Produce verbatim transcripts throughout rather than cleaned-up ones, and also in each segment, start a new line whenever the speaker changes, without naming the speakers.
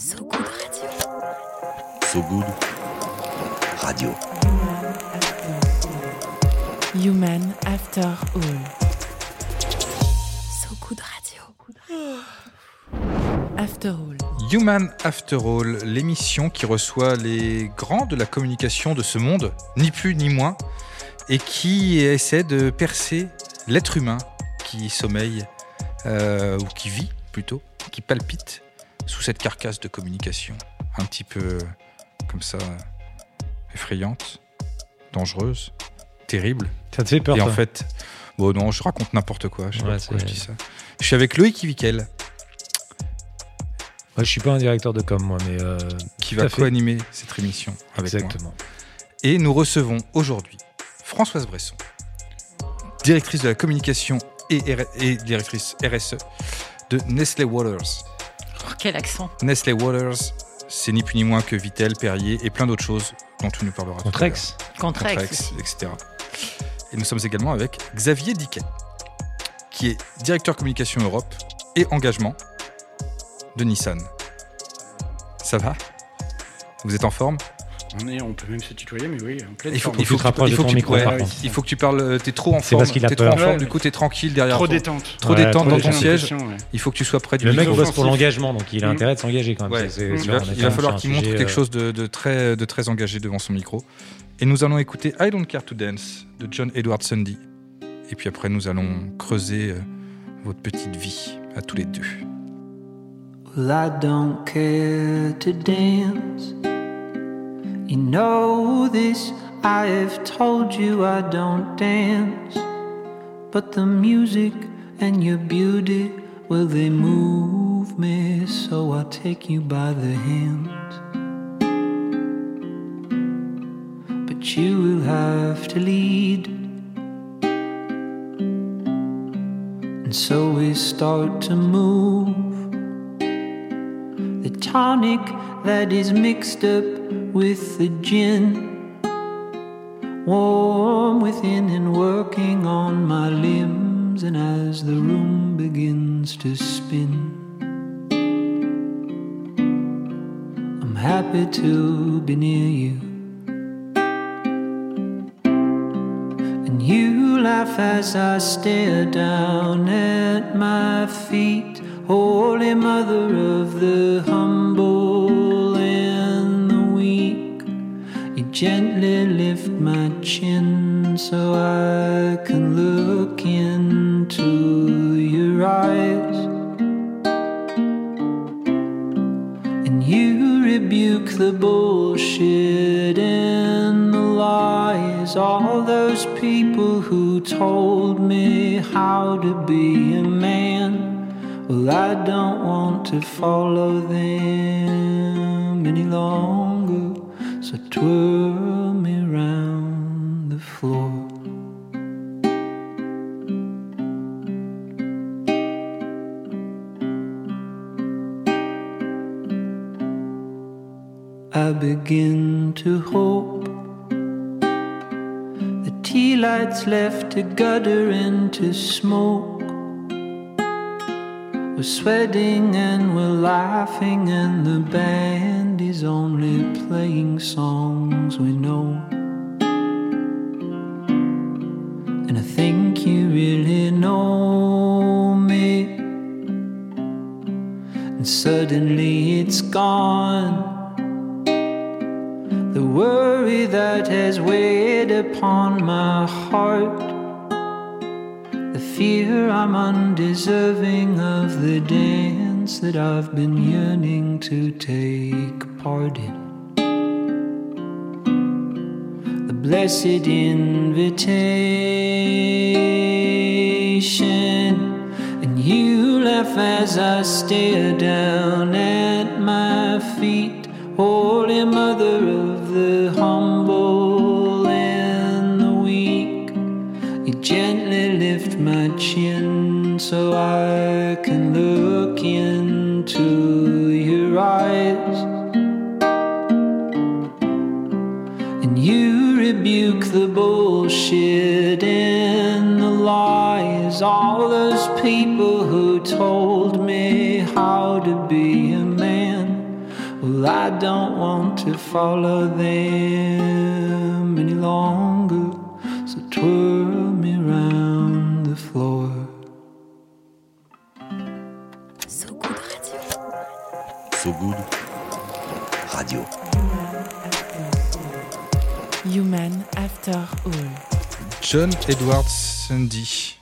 So Good Radio.
So Good Radio.
Human After All. So Good Radio. After All.
Human After All, l'émission qui reçoit les grands de la communication de ce monde, ni plus ni moins, et qui essaie de percer l'être humain qui sommeille, euh, ou qui vit plutôt, qui palpite sous cette carcasse de communication, un petit peu euh, comme ça, effrayante, dangereuse, terrible.
Ça te fait peur,
Et
toi.
en fait, bon non, je raconte n'importe quoi, je sais
Ouais,
pas pourquoi
c'est-
je dis ça. Je suis avec Loïc Ivikel,
Moi, je suis pas un directeur de com, moi, mais euh,
qui
tout
va
à fait.
co-animer cette émission avec moi.
Exactement.
Et nous recevons aujourd'hui Françoise Bresson, directrice de la communication et, R- et directrice R S E de Nestlé Waters.
Oh, quel accent.
Nestlé Waters, c'est ni plus ni moins que Vittel, Perrier et plein d'autres choses dont tu nous parleras. tout à l'heure.
Contrex.
Contrex.
Contrex, et cetera. Et nous sommes également avec Xavier Diquet, qui est directeur communication Europe et engagement de Nissan. Ça va ? Vous êtes en forme ?
On, est, on peut même se tutoyer, mais oui, en pleine
Il faut,
forme.
il faut
te
que tu,
rapproches
il
de
faut
ton
que tu-
micro,
ouais,
par
ouais,
contre.
il faut que tu parles. T'es trop en
C'est
forme.
parce qu'il a
T'es trop
peur.
en forme.
Ouais,
Du
ouais.
coup, t'es tranquille derrière.
Trop
ton-
détente.
Trop
Ouais,
détente
trop
dans ton
détente.
siège.
Ouais.
Il faut que tu sois près du
Le mec
micro.
bosse pour
Offensif.
l'engagement, donc il a
Mmh.
intérêt de s'engager quand même.
Ouais.
C'est- c'est-
Mmh.
c'est-
Il va,
on est
il
quand
va
même
falloir
sur
qu'il
un
montre
sujet,
quelque
euh,
chose de, de très, de très engagé devant son micro. Et nous allons écouter I Don't Care to Dance de John Edward Sunday. Et puis après, nous allons creuser euh, votre petite vie à tous les deux.
Well, I don't care to dance. You know this, I have told you I don't dance. But the music and your beauty, well, they move me, so I take you by the hand. But you will have to lead. And so we start to move. The tonic that is mixed up with the gin, warm within and working on my limbs. And as the room begins to spin, I'm happy to be near you. And you laugh as I stare down at my feet. Holy Mother of the humble and the weak, you gently lift my chin so I can look into your eyes. And you rebuke the bullshit and the lies, all those people who told me how to be a man. Well, I don't want to follow them any longer, so twirl me round the floor. I begin to hope the tea lights left to gutter into smoke. We're sweating and we're laughing, and the band is only playing songs we know. And I think you really know me, and suddenly it's gone. The worry that has weighed upon my heart, the fear I'm undeserving of the dance that I've been yearning to take part in. The blessed invitation, and you laugh as I stare down at my feet. Holy Mother of the humble and the weak, you gently lift my chin so I can look into your eyes. And you rebuke the bullshit and the lies, all those people who told me how to be a man. Well, I don't want to follow them any longer, so twirl me round the floor.
So Good Radio.
So Good Radio.
Human After All.
John Edward Sundby.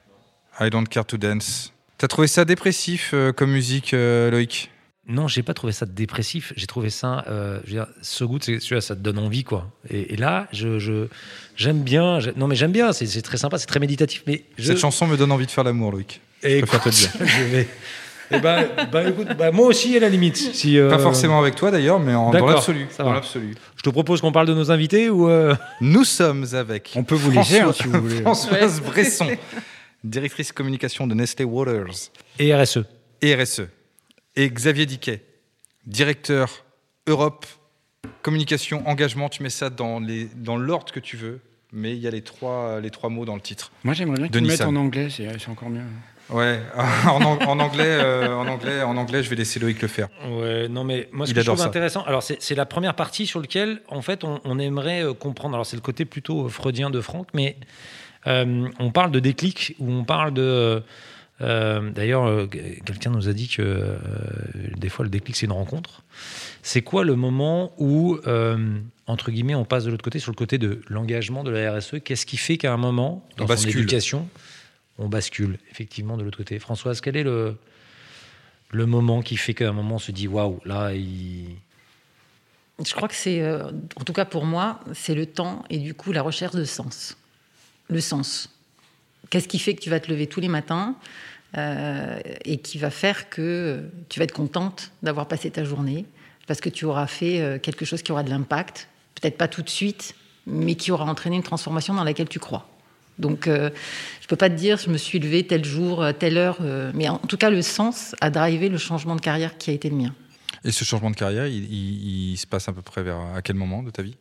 I don't care to dance. T'as trouvé ça dépressif euh, comme musique, euh, Loïc ?
Non, j'ai pas trouvé ça dépressif. J'ai trouvé ça, euh, je veux dire, So Good, c'est, tu vois, ça te donne envie, quoi. Et, et là, je, je, j'aime bien. Je, non, mais j'aime bien. C'est, c'est très sympa, c'est très méditatif. Mais je...
Cette chanson me donne envie de faire l'amour, Loïc. Je
Et
préfère te le dire.
Je vais. Et bah, bah, écoute, bah, moi aussi, à la limite. Si, euh...
Pas forcément avec toi d'ailleurs, mais en, dans
D'accord,
l'absolu.
ça
Dans
va.
l'absolu.
Je te propose qu'on parle de nos invités ou. Euh...
Nous sommes avec.
On peut vous laisser hein, si vous voulez.
Françoise Bresson, directrice communication de Nestlé Waters
Et R S E.
et R S E. Et Xavier Diquet, directeur Europe, communication, engagement. Tu mets ça dans, les, dans l'ordre que tu veux, mais il y a les trois, les trois mots dans le titre.
Moi, j'aimerais bien que
De
tu le mettes
Nissan.
en anglais, c'est, c'est encore mieux.
Ouais, en, en- en anglais, euh, en anglais, en anglais, je vais laisser Loïc le faire.
Ouais, non, mais moi, ce
Il
que je
adore
trouve
ça.
intéressant, alors c'est, c'est la première partie sur laquelle, en fait, on, on aimerait euh, comprendre. Alors, c'est le côté plutôt euh, freudien de Franck, mais euh, on parle de déclic, ou on parle de. euh, d'ailleurs, euh, quelqu'un nous a dit que euh, des fois, le déclic, c'est une rencontre. C'est quoi le moment où, euh, entre guillemets, on passe de l'autre côté, sur le côté de l'engagement de la R S E ? Qu'est-ce qui fait qu'à un moment, dans
On
son
bascule.
éducation, on bascule effectivement de l'autre côté ? Françoise, quel est le, le moment qui fait qu'à un moment on se dit waouh, là, il.
Je crois que c'est, euh, en tout cas pour moi, c'est le temps et du coup la recherche de sens. Le sens. Qu'est-ce qui fait que tu vas te lever tous les matins euh, et qui va faire que tu vas être contente d'avoir passé ta journée parce que tu auras fait euh, quelque chose qui aura de l'impact, peut-être pas tout de suite, mais qui aura entraîné une transformation dans laquelle tu crois. Donc, euh, je peux pas te dire, je me suis levée tel jour, euh, telle heure, euh, mais en tout cas, le sens a drivé le changement de carrière qui a été le mien.
Et ce changement de carrière, il, il- il se passe à peu près vers à quel moment de ta vie ?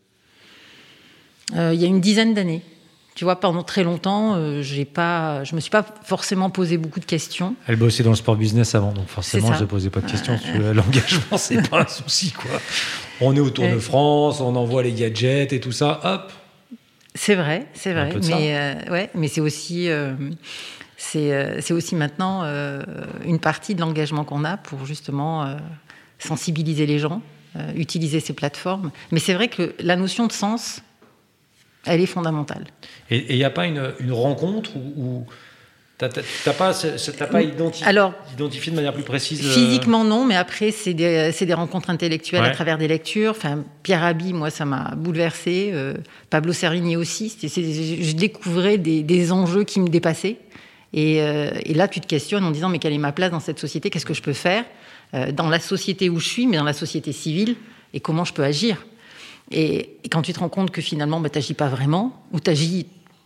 Euh, il y a une dizaine d'années. Tu vois, pendant très longtemps, euh, j'ai pas, je me suis pas forcément posé beaucoup de questions.
Elle bossait dans le sport business avant, donc forcément,
C'est ça.
je ne posais pas de questions. Sur l'engagement, c'est pas un souci, quoi. On est au Tour de
Euh.
France, on envoie les gadgets et tout ça, hop.
C'est vrai, c'est
Un
vrai,
peu de ça.
mais euh, ouais, mais c'est aussi, euh, c'est, euh, c'est aussi maintenant euh, une partie de l'engagement qu'on a pour justement euh, sensibiliser les gens, euh, utiliser ces plateformes. Mais c'est vrai que la notion de sens, elle est fondamentale.
Et il n'y a pas une, une rencontre où, où t'as, t'as, t'as pas, c'est- t'as pas identi-
Alors,
identifié de manière plus précise euh,
physiquement, non, mais après, c'est des, c'est des rencontres intellectuelles
Ouais.
à travers des lectures. Enfin, Pierre Rabhi, moi, ça m'a bouleversée. Euh, Pablo Servigni aussi. C'était- c'est- je découvrais des, des enjeux qui me dépassaient. Et, euh, et là, tu te questionnes en disant, mais quelle est ma place dans cette société ? Qu'est-ce que je peux faire euh, dans la société où je suis, mais dans la société civile ? Et comment je peux agir ? et, et quand tu te rends compte que finalement, bah, tu n'agis pas vraiment, ou tu agis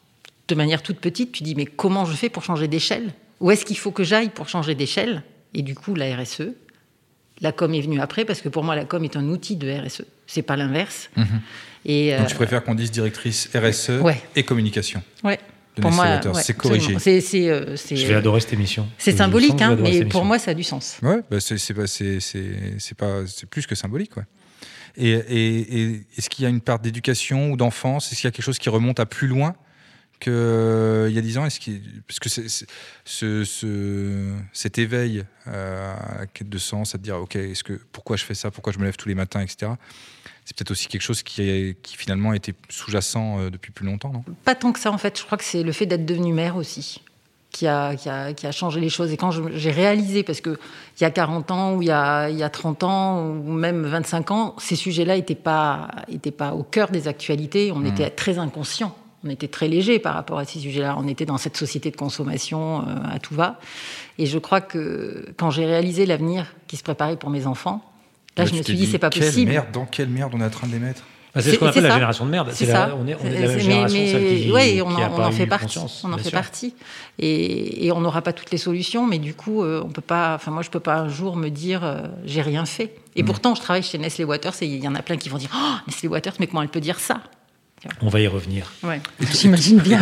de manière toute petite, tu dis, mais comment je fais pour changer d'échelle ? Où est-ce qu'il faut que j'aille pour changer d'échelle ? Et du coup, la R S E, la com est venue après, parce que pour moi, la com est un outil de R S E. C'est pas l'inverse.
Mhm.
Et,
Donc
euh,
tu préfères qu'on dise directrice R S E
Ouais.
et communication
ouais,
de
pour
Nestlé
moi,
Waters.
ouais,
C'est corrigé.
absolument. C'est, c'est, euh, c'est,
Je vais adorer cette émission.
c'est
Je sens
symbolique,
que je vais
hein,
adorer
mais
cette
pour
émission.
moi, ça a du sens.
Ouais, bah c'est, c'est, pas- c'est, c'est, c'est, pas, c'est plus que symbolique. Ouais. Et, et, et est-ce qu'il y a une part d'éducation ou d'enfance ? Est-ce qu'il y a quelque chose qui remonte à plus loin qu'il y a dix ans ? Est-ce qu'il, parce que c'est, c'est- ce, ce, cet éveil euh, à la quête de sens, à te dire ok, est-ce que, pourquoi je fais ça ? Pourquoi je me lève tous les matins, et cetera. C'est peut-être aussi quelque chose qui, est, qui finalement était sous-jacent euh, depuis plus longtemps, non ?
Pas tant que ça, en fait. Je crois que c'est le fait d'être devenue mère aussi qui a, qui a, qui a changé les choses. Et quand je- j'ai réalisé, parce qu'il y a quarante ans, ou il y a, il y a trente ans, ou même vingt-cinq ans, ces sujets-là n'étaient pas, étaient pas au cœur des actualités. On était très inconscients. On était très léger par rapport à ces sujets-là. On était dans cette société de consommation euh, à tout va. Et je crois que quand j'ai réalisé l'avenir qui se préparait pour mes enfants, là,
Ouais,
je
tu
me
t'es
suis dit, c'est pas
quelle
possible.
Merde, dans quelle merde on est en train de les mettre ?
Bah, c'est ce
C'est-
qu'on appelle
c'est
la
ça.
génération de merde.
C'est
C'est
ça.
la- on est, on est de la même
Mais-
génération,
mais-
celle qui,
ouais, on,
qui a
en, on
pas
en
eu
fait partie.
conscience,
On en
bien
fait
sûr.
partie. Et, et on n'aura pas toutes les solutions, mais du coup, euh, on peut pas. Enfin, moi, je peux pas un jour me dire, euh, j'ai rien fait. Et
Mm.
pourtant, je travaille chez Nestlé Waters et il y en a plein qui vont dire, oh, Nestlé Waters, mais comment elle peut dire ça ?
On va y revenir.
Ouais. J'imagine bien.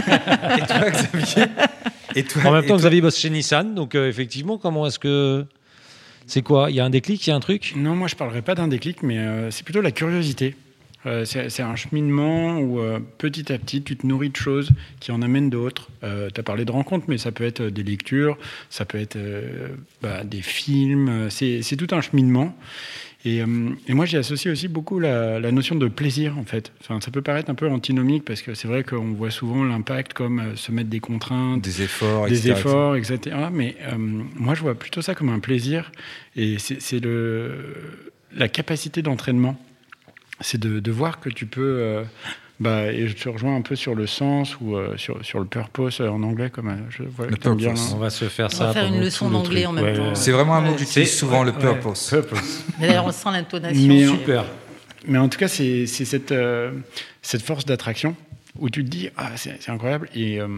Et toi, Xavier ? Et toi,
En même
et
temps,
toi-
Xavier bosse chez Nissan, donc euh, effectivement, comment est-ce que C'est quoi ? Il y a un déclic, il y a un truc ?
Non, moi je parlerai pas d'un déclic, mais euh, c'est plutôt la curiosité. Euh, c'est, c'est un cheminement où euh, petit à petit tu te nourris de choses qui en amènent d'autres. Euh, tu as parlé de rencontres, mais ça peut être des lectures, ça peut être euh, bah, des films, c'est, c'est tout un cheminement. Et, euh, et moi, j'y associe aussi beaucoup la, la notion de plaisir, en fait. Enfin, ça peut paraître un peu antinomique, parce que c'est vrai qu'on voit souvent l'impact comme euh, se mettre des contraintes,
des efforts,
des
et cetera,
efforts, et cetera. Mais euh, moi, je vois plutôt ça comme un plaisir. Et c'est, c'est le, la capacité d'entraînement. C'est de, de voir que tu peux... Euh, bah, et je te rejoins un peu sur le sens ou euh, sur, sur le purpose euh, en anglais. Comme, euh, je vois
le
que t'aimes
purpose.
bien,
On va se faire
On
ça.
va faire une
pendant
leçon
tout le
d'anglais
truc.
en même
Ouais,
temps.
ouais.
C'est vraiment un mot
Ouais.
que j'utilise
C'est-
souvent,
ouais,
le
ouais.
purpose.
Purpose.
Mais d'ailleurs, on sent l'intonation.
Mais-
Super.
Mais en tout cas, c'est, c'est cette, euh, cette force d'attraction où tu te dis, ah, c'est, c'est incroyable. Et euh,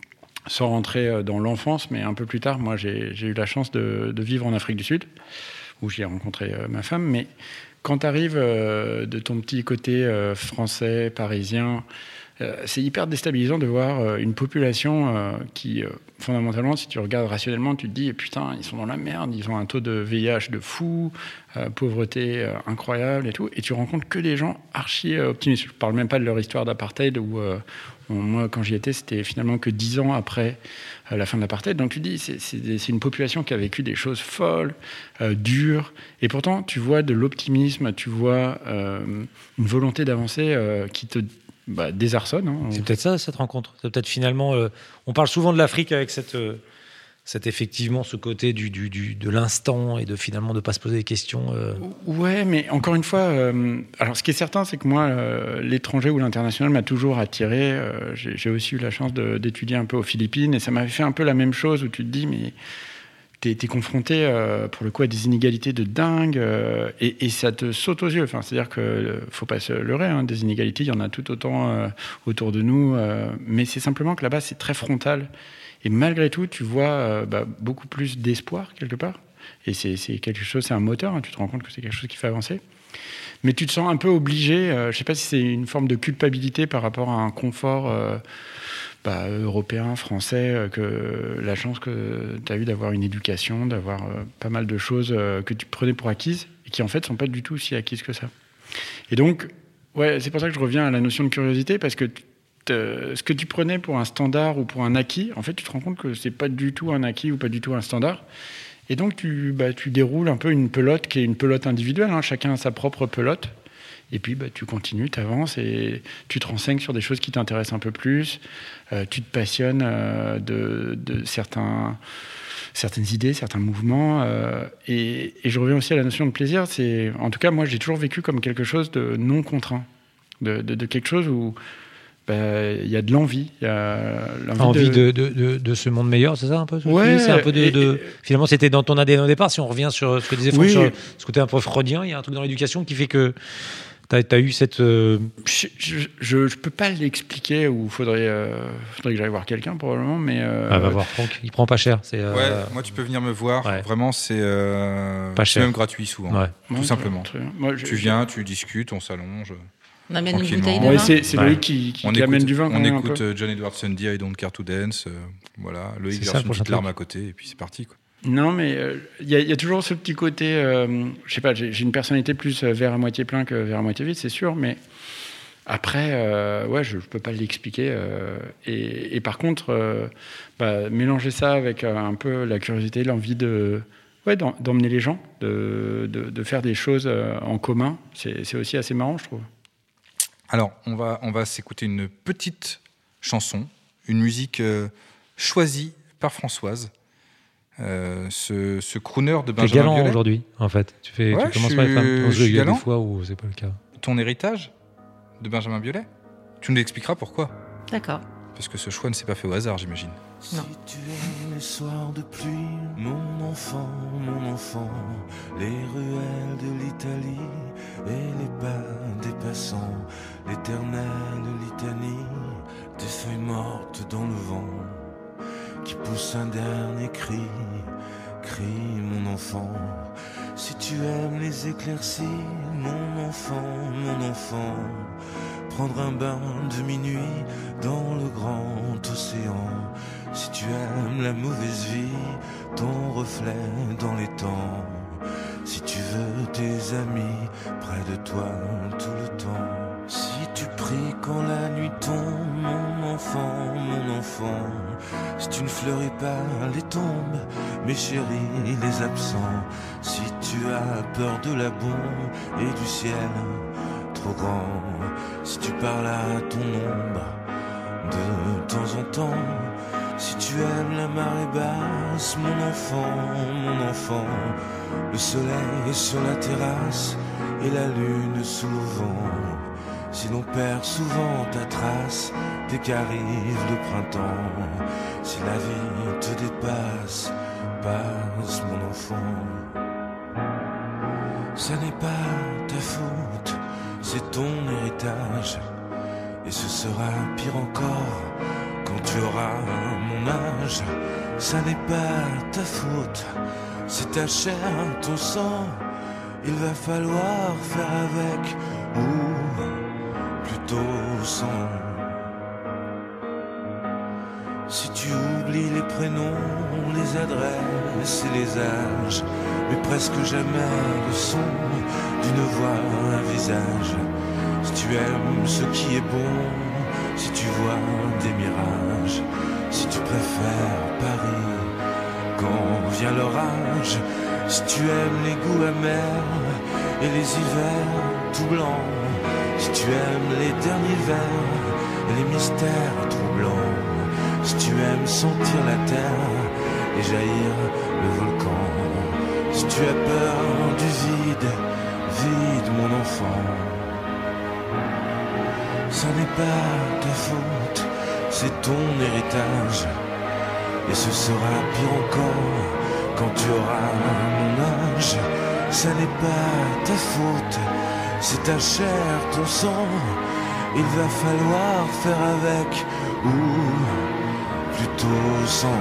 sans rentrer euh, dans l'enfance, mais un peu plus tard, moi, j'ai, j'ai eu la chance de, de vivre en Afrique du Sud, où j'ai rencontré euh, ma femme. Mais quand tu arrives euh, de ton petit côté euh, français, parisien, euh, c'est hyper déstabilisant de voir euh, une population euh, qui, euh, fondamentalement, si tu regardes rationnellement, tu te dis, putain, ils sont dans la merde, ils ont un taux de V I H de fou, euh, pauvreté euh, incroyable et tout, et tu rencontres que des gens archi euh, optimistes. Je parle même pas de leur histoire d'apartheid, où euh, on- moi, quand j'y étais, c'était finalement que dix ans après euh, la fin de l'apartheid. Donc tu te dis, c'est, c'est, des- c'est une population qui a vécu des choses folles, euh, dures, et pourtant, tu vois de l'optimisme, tu vois euh, une volonté d'avancer euh, qui te bah, désarçonne. Hein.
C'est peut-être ça, cette rencontre. C'est peut-être finalement... euh, on parle souvent de l'Afrique avec cette, euh, cette effectivement, ce côté du, du, du, de l'instant et de finalement de ne pas se poser des questions. euh.
Ouais, mais encore une fois, euh, alors ce qui est certain, c'est que moi, euh, l'étranger ou l'international m'a toujours attiré. Euh, j'ai, j'ai aussi eu la chance de, d'étudier un peu aux Philippines, et ça m'avait fait un peu la même chose, où tu te dis, mais t'es, t'es confronté, euh, pour le coup, à des inégalités de dingue, euh, et, et ça te saute aux yeux. Enfin, c'est-à-dire que euh, faut pas se leurrer, hein, des inégalités, il y en a tout autant euh, autour de nous, euh, mais c'est simplement que là-bas, c'est très frontal. Et malgré tout, tu vois euh, bah, beaucoup plus d'espoir, quelque part. Et c'est, c'est quelque chose, c'est un moteur, hein, tu te rends compte que c'est quelque chose qui fait avancer. Mais tu te sens un peu obligé, euh, je ne sais pas si c'est une forme de culpabilité par rapport à un confort euh, bah, européen, français, euh, que la chance que tu as eu d'avoir une éducation, d'avoir euh, pas mal de choses euh, que tu prenais pour acquises, et qui en fait ne sont pas du tout si acquises que ça. Et donc, ouais, c'est pour ça que je reviens à la notion de curiosité, parce que te, ce que tu prenais pour un standard ou pour un acquis, en fait, tu te rends compte que c'est pas du tout un acquis ou pas du tout un standard. Et donc, tu, bah, tu déroules un peu une pelote qui est une pelote individuelle. Hein. Chacun a sa propre pelote. Et puis, bah, tu continues, tu avances et tu te renseignes sur des choses qui t'intéressent un peu plus. Euh, tu te passionnes euh, de, de certains, certaines idées, certains mouvements. Euh, et, et je reviens aussi à la notion de plaisir. C'est, en tout cas, moi, j'ai toujours vécu comme quelque chose de non contraint. De, de, de quelque chose où il bah, y a de l'envie. Y a l'envie
Envie
de...
de, de, de, de ce monde meilleur, c'est ça un peu ce que tu
Ouais,
dis. C'est un peu de,
et-
de-
et-
Finalement, c'était dans ton A D N au départ. Si on revient sur ce que disait Franck,
Oui.
sur ce côté un peu freudien, il y a un truc dans l'éducation qui fait que tu as eu cette. euh,
Je, je, je peux pas l'expliquer, ou faudrait, euh, faudrait que j'aille voir quelqu'un probablement, mais euh,
Ah, va voir Franck, il prend pas cher. C'est, euh,
Ouais, moi tu peux venir me voir.
Ouais.
Vraiment, c'est euh,
Pas
c'est
cher.
même gratuit souvent.
ouais.
ouais,
tout simplement.
très bien. Moi, je-
Tu viens, tu discutes, on s'allonge.
On amène une
Tranquillement.
bouteille de
Ouais,
vin.
c'est, c'est
Ouais.
Loïc qui, qui,
On
qui amène
écoute,
du vin.
on
quand même, un
écoute
peu.
euh, John Edward Sundie I Don't Care to Dance. euh, voilà, Loïc
C'est ça,
verse
le
une petite
prochain
larme
truc.
à côté et puis c'est parti, quoi.
Non, mais il y, y a toujours ce petit côté. Euh, je sais pas, j'ai, j'ai une personnalité plus euh, verre à moitié plein que verre à moitié vide, c'est sûr, mais après, euh, ouais, je, je peux pas l'expliquer. Euh, et, et par contre, euh, bah, mélanger ça avec euh, un peu la curiosité, l'envie de, ouais, d'em- d'emmener les gens, de, de, de faire des choses euh, en commun, c'est, c'est aussi assez marrant, je trouve.
Alors, on va, on va s'écouter une petite chanson, une musique euh, choisie par Françoise. Euh, ce, ce crooner de
Tu es
Benjamin
galant
Biolay.
aujourd'hui, en fait. Tu, fais,
Ouais,
tu commences
je
par les
suis-
femmes.
je
Parce qu'il
suis
y a
galant.
des fois où c'est pas le cas.
Ton héritage de Benjamin Biolay. Tu nous expliqueras pourquoi.
D'accord.
Parce que ce choix ne s'est pas fait au hasard, j'imagine.
Non.
Si tu es les soirs de pluie, mon enfant, mon enfant, les ruelles de l'Italie et les pas des passants, l'éternelle litanie des feuilles mortes dans le vent, qui pousse un dernier cri, cri mon enfant. Si tu aimes les éclaircies, mon enfant, mon enfant, prendre un bain de minuit dans le grand océan. Si tu aimes la mauvaise vie, ton reflet dans les temps. Si tu veux tes amis près de toi tout le temps. Si tu pries quand la nuit tombe, mon enfant, mon enfant. Si tu ne fleuris pas les tombes, mes chéris, les absents. Si tu as peur de la bombe et du ciel trop grand. Si tu parles à ton ombre de temps en temps. Si tu aimes la marée basse, mon enfant, mon enfant. Le soleil sur la terrasse et la lune sous le vent. Si l'on perd souvent ta trace dès qu'arrive le printemps. Si la vie te dépasse, passe mon enfant. Ça n'est pas ta faute, c'est ton héritage. Et ce sera pire encore quand tu auras mon âge. Ça n'est pas ta faute, c'est ta chair, ton sang. Il va falloir faire avec, ou plutôt sans. Si tu oublies les prénoms, les adresses et les âges, mais presque jamais le son d'une voix, un visage. Si tu aimes ce qui est bon, si tu vois des mirages, si tu préfères Paris quand vient l'orage, si tu aimes les goûts amers et les hivers tout blancs, si tu aimes les derniers vers et les mystères troublants, si tu aimes sentir la terre et jaillir le volcan, si tu as peur du vide, vide mon enfant. Ça n'est pas ta faute, c'est ton héritage. Et ce sera pire encore quand tu auras mon âge. Ça n'est pas ta faute, c'est ta chair, ton sang. Il va falloir faire avec, ou plutôt sans.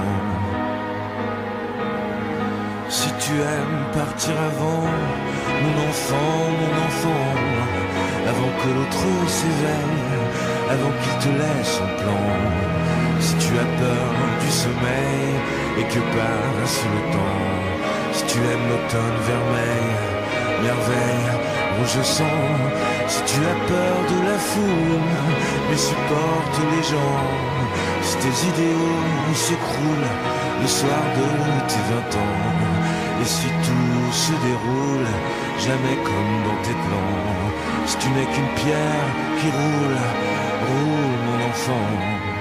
Si tu aimes partir avant, mon enfant, mon enfant, avant que l'autre s'éveille, avant qu'il te laisse son plan. Si tu as peur du sommeil et que passe le temps, si tu aimes l'automne vermeil, merveille, rouge sang, si tu as peur de la foule, mais supporte les gens, si tes idéaux s'écroulent le soir de tes vingt ans, et si tout se déroule jamais comme dans tes plans, si tu n'es qu'une pierre qui roule, roule mon enfant.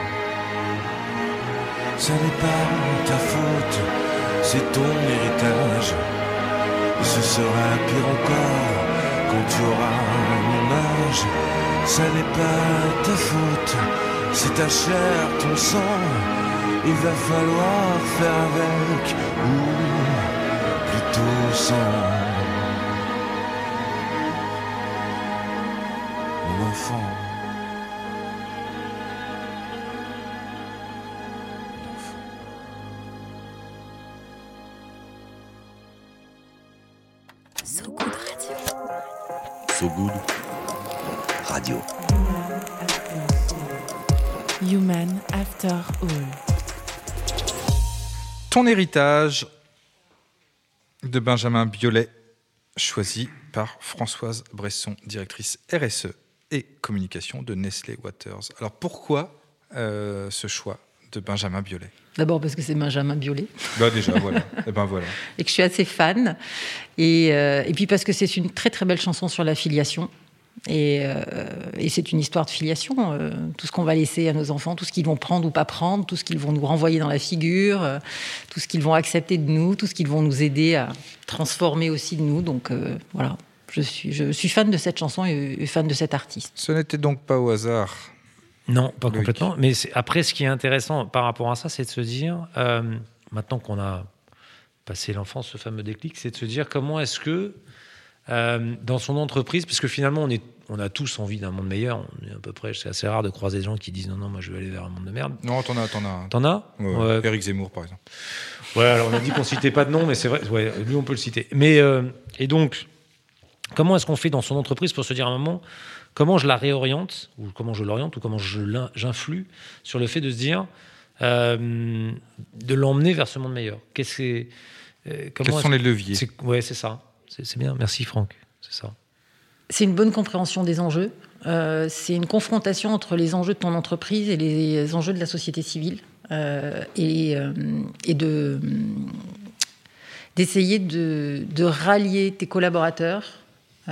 Ça n'est pas ta faute, c'est ton héritage. Et ce sera pire encore quand tu auras mon âge. Ça n'est pas ta faute, c'est ta chair, ton sang. Il va falloir faire avec, ou plutôt sans. Mon enfant.
So Good Radio.
So Good Radio.
Human After All.
Ton héritage de Benjamin Biolay, choisi par Françoise Bresson, directrice R S E et communication de Nestlé Waters. Alors pourquoi euh, ce choix de Benjamin Biolay ?
D'abord parce que c'est Benjamin Biolay.
Bah déjà, voilà. Et ben voilà.
Et que je suis assez fan. Et, euh, et puis parce que c'est une très très belle chanson sur la filiation. Et, euh, et c'est une histoire de filiation. Euh, tout ce qu'on va laisser à nos enfants, tout ce qu'ils vont prendre ou pas prendre, tout ce qu'ils vont nous renvoyer dans la figure, euh, tout ce qu'ils vont accepter de nous, tout ce qu'ils vont nous aider à transformer aussi de nous. Donc euh, voilà, je suis, je suis fan de cette chanson et, et fan de cet artiste.
Ce n'était donc pas au hasard.
Non, pas
Loïc.
complètement. Mais c'est, après, ce qui est intéressant par rapport à ça, c'est de se dire, euh, maintenant qu'on a passé l'enfance, ce fameux déclic, c'est de se dire comment est-ce que, euh, dans son entreprise, parce que finalement, on, est, on a tous envie d'un monde meilleur, on est à peu près, c'est assez rare de croiser des gens qui disent non, non, moi je veux aller vers un monde de merde.
Non, t'en as, t'en as.
T'en as ?
Ouais,
Ouais.
Éric Zemmour, par exemple.
Ouais, alors on a dit qu'on citait pas de nom, mais c'est vrai, ouais, lui on peut le citer. Mais, euh, et donc, comment est-ce qu'on fait dans son entreprise pour se dire à un moment, comment je la réoriente, ou comment je l'oriente, ou comment je l'in- j'influe sur le fait de se dire, euh, de l'emmener vers ce monde meilleur. Qu'est-ce que, euh, comment
Quels sont
est-ce-
les leviers ?
c'est, ouais, c'est ça. C'est, c'est bien. Merci Franck. C'est ça.
C'est une bonne compréhension des enjeux. Euh, c'est une confrontation entre les enjeux de ton entreprise et les enjeux de la société civile. Euh, et, euh, et de, d'essayer de, de rallier tes collaborateurs euh,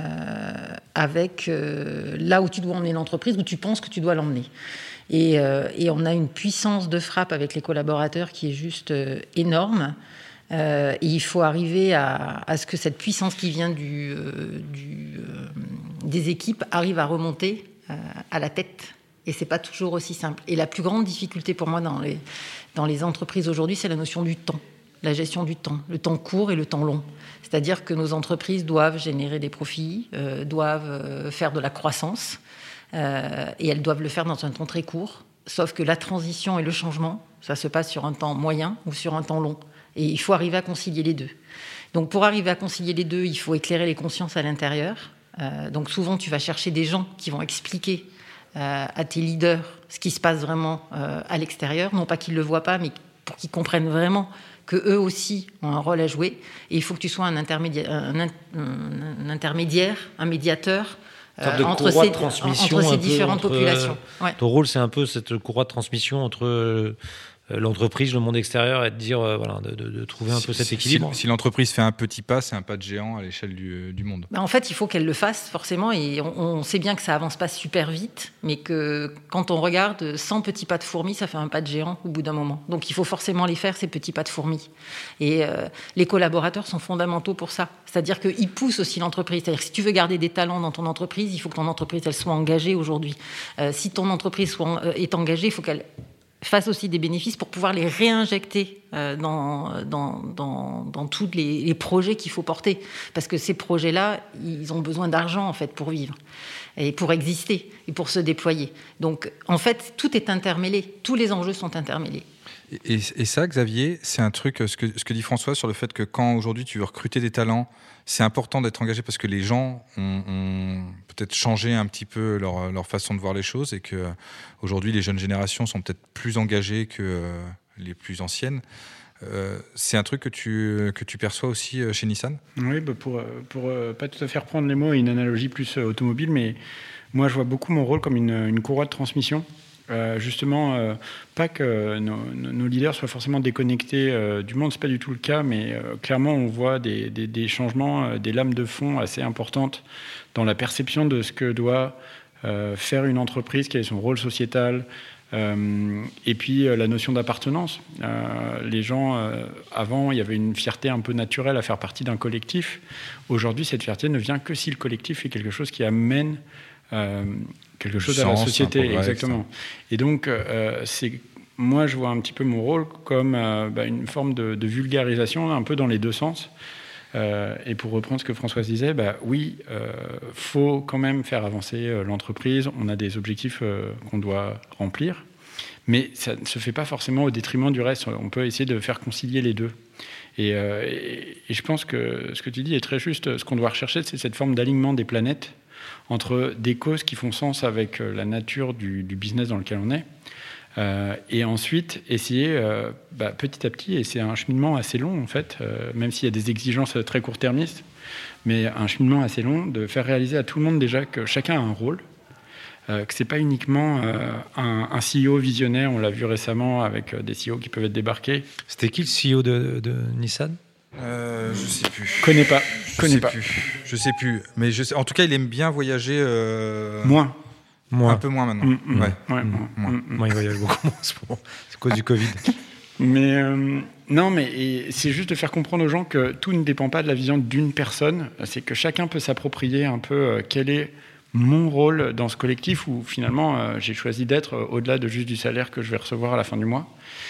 avec euh, là où tu dois emmener l'entreprise, où tu penses que tu dois l'emmener. Et, euh, et on a une puissance de frappe avec les collaborateurs qui est juste euh, énorme. Euh, et il faut arriver à, à ce que cette puissance qui vient du, euh, du, euh, des équipes arrive à remonter euh, à la tête. Et c'est pas toujours aussi simple. Et la plus grande difficulté pour moi dans les, dans les entreprises aujourd'hui, c'est la notion du temps, la gestion du temps, le temps court et le temps long. C'est-à-dire que nos entreprises doivent générer des profits, euh, doivent euh, faire de la croissance, euh, et elles doivent le faire dans un temps très court. Sauf que la transition et le changement, ça se passe sur un temps moyen ou sur un temps long. Et il faut arriver à concilier les deux. Donc pour arriver à concilier les deux, il faut éclairer les consciences à l'intérieur. Euh, donc souvent, tu vas chercher des gens qui vont expliquer euh, à tes leaders ce qui se passe vraiment euh, à l'extérieur. Non pas qu'ils ne le voient pas, mais pour qu'ils comprennent vraiment qu'eux aussi ont un rôle à jouer. Et il faut que tu sois un intermédiaire, un, un, un, intermédiaire, un médiateur euh, entre, ces, entre ces différentes
entre,
populations. Ouais.
Ton rôle, c'est un peu cette courroie de transmission entre... Euh, l'entreprise, le monde extérieur, et de dire, euh, voilà, de, de, de trouver un peu cet équilibre.
Si, si l'entreprise fait un petit pas, c'est un pas de géant à l'échelle du, du monde.
Ben en fait, il faut qu'elle le fasse, forcément, et on, on sait bien que ça avance pas super vite, mais que quand on regarde cent petits pas de fourmi, ça fait un pas de géant au bout d'un moment. Donc il faut forcément les faire, ces petits pas de fourmi. Et euh, les collaborateurs sont fondamentaux pour ça. C'est-à-dire qu'ils poussent aussi l'entreprise. C'est-à-dire que si tu veux garder des talents dans ton entreprise, il faut que ton entreprise, elle soit engagée aujourd'hui. Euh, si ton entreprise soit, euh, est engagée, il faut qu'elle fasse aussi des bénéfices pour pouvoir les réinjecter euh, dans, dans, dans, dans tous les, les projets qu'il faut porter. Parce que ces projets-là, ils ont besoin d'argent, en fait, pour vivre, et pour exister, et pour se déployer. Donc, en fait, tout est intermêlé. Tous les enjeux sont intermêlés.
Et, et ça, Xavier, c'est un truc, ce que, ce que dit François sur le fait que quand aujourd'hui tu veux recruter des talents, c'est important d'être engagé parce que les gens ont, ont peut-être changé un petit peu leur, leur façon de voir les choses et que aujourd'hui les jeunes générations sont peut-être plus engagées que euh, les plus anciennes. Euh, c'est un truc que tu, que tu perçois aussi chez Nissan ?
Oui, bah pour, pour euh, pas tout à fait reprendre les mots et une analogie plus euh, automobile, mais moi je vois beaucoup mon rôle comme une, une courroie de transmission. Euh, justement, euh, pas que nos, nos leaders soient forcément déconnectés euh, du monde, c'est pas du tout le cas, mais euh, clairement on voit des, des, des changements, euh, des lames de fond assez importantes dans la perception de ce que doit euh, faire une entreprise, quel est son rôle sociétal, euh, et puis euh, la notion d'appartenance. Euh, les gens, euh, avant, il y avait une fierté un peu naturelle à faire partie d'un collectif. Aujourd'hui, cette fierté ne vient que si le collectif est quelque chose qui amène euh, quelque chose
sens,
à la société,
progrès,
exactement. Et donc, euh, c'est, moi, je vois un petit peu mon rôle comme euh, bah, une forme de, de vulgarisation, un peu dans les deux sens. Euh, et pour reprendre ce que Françoise disait, bah, oui, euh, faut quand même faire avancer euh, l'entreprise. On a des objectifs euh, qu'on doit remplir, mais ça ne se fait pas forcément au détriment du reste. On peut essayer de faire concilier les deux. Et, euh, et, et je pense que ce que tu dis est très juste. Ce qu'on doit rechercher, c'est cette forme d'alignement des planètes entre des causes qui font sens avec la nature du, du business dans lequel on est, euh, et ensuite essayer euh, bah, petit à petit, et c'est un cheminement assez long en fait, euh, même s'il y a des exigences très court-termistes, mais un cheminement assez long, de faire réaliser à tout le monde déjà que chacun a un rôle, euh, que c'est pas uniquement euh, un, un C E O visionnaire, on l'a vu récemment avec euh, des C E O qui peuvent être débarqués.
C'était qui le C E O de, de Nissan ?
Euh, je sais plus.
Connais pas.
Je
Connais
sais
pas.
plus. Je sais plus. Mais je sais, en tout cas, il aime bien voyager. Euh,
Moins.
Moins.
Un peu moins maintenant.
Mmh, mmh,
ouais.
ouais,
Mmh,
moins.
moins.
Mmh, mmh.
Moi, il voyage beaucoup moins en ce moment. C'est à cause du Covid.
Mais euh, non, mais et c'est juste de faire comprendre aux gens que tout ne dépend pas de la vision d'une personne. C'est que chacun peut s'approprier un peu euh, quel est mon rôle dans ce collectif où finalement euh, j'ai choisi d'être euh, au-delà de juste du salaire que je vais recevoir à la fin du mois.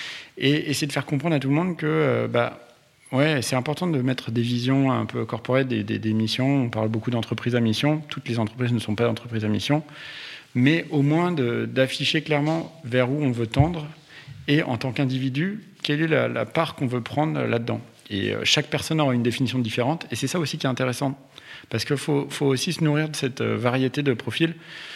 Et essayer de faire comprendre à tout le monde que euh, bah, ouais, c'est important de mettre des visions un peu corporate, des, des, des missions. On parle beaucoup d'entreprises à mission. Toutes les entreprises ne sont pas d'entreprises à mission. Mais au moins de, d'afficher clairement vers où on veut tendre et en tant qu'individu, quelle est la, la part qu'on veut prendre là-dedans. Et euh, chaque personne aura une définition différente. Et c'est ça aussi qui est intéressant. Parce qu'il faut, faut aussi se nourrir de cette euh, variété de profils.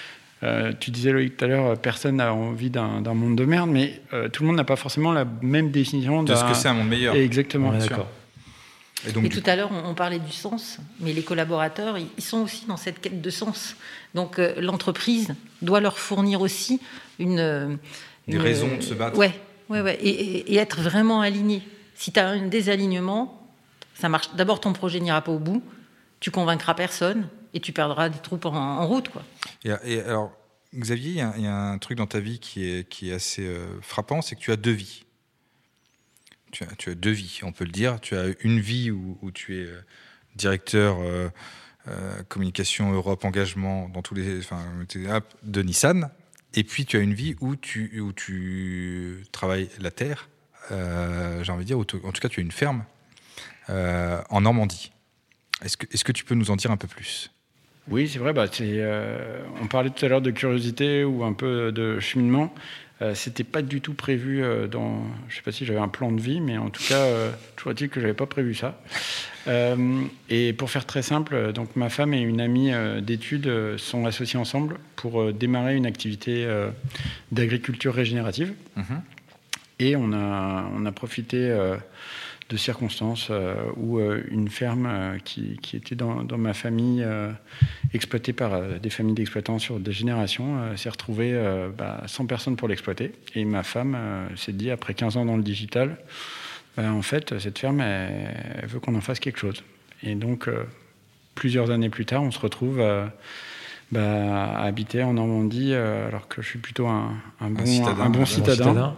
Euh, tu disais, Loïc, tout à l'heure, personne n'a envie d'un, d'un monde de merde, mais euh, tout le monde n'a pas forcément la même définition
de ce que c'est un monde meilleur.
Exactement.
Ouais, d'accord.
Et, donc,
et tout à l'heure, on, on parlait du sens, mais les collaborateurs, ils, ils sont aussi dans cette quête de sens. Donc euh, l'entreprise doit leur fournir aussi une...
Des
une,
raisons de se battre.
Ouais, ouais, ouais, et, et, et être vraiment aligné. Si tu as un désalignement, ça marche. D'abord, ton projet n'ira pas au bout, tu convaincras personne et tu perdras des troupes en, en route, quoi.
Et, et alors, Xavier, il y, y a un truc dans ta vie qui est, qui est assez euh, frappant, c'est que tu as deux vies. Tu as, tu as deux vies, on peut le dire. Tu as une vie où, où tu es euh, directeur euh, euh, communication Europe engagement dans tous les, enfin, de Nissan. Et puis tu as une vie où tu, où tu travailles la terre, euh, j'ai envie de dire, où tu, en tout cas tu as une ferme euh, en Normandie. Est-ce que, est-ce que tu peux nous en dire un peu plus ?
Oui, c'est vrai. Bah, c'est, euh, on parlait tout à l'heure de curiosité ou un peu de cheminement. Euh, c'était pas du tout prévu euh, dans. Je sais pas si j'avais un plan de vie, mais en tout cas, euh, toujours est-il que j'avais pas prévu ça. Euh, et pour faire très simple, donc ma femme et une amie euh, d'études euh, sont associées ensemble pour euh, démarrer une activité euh, d'agriculture régénérative. Mmh. Et on a on a profité euh, de circonstances euh, où euh, une ferme euh, qui, qui était dans, dans ma famille, euh, exploitée par euh, des familles d'exploitants sur des générations, euh, s'est retrouvée euh, bah, sans personne pour l'exploiter. Et ma femme euh, s'est dit, après quinze ans dans le digital, bah, en fait, cette ferme, elle, elle veut qu'on en fasse quelque chose. Et donc, euh, plusieurs années plus tard, on se retrouve euh, bah, à habiter en Normandie, euh, alors que je suis plutôt un, un, bon, un, citadin, un bon citadin. citadin.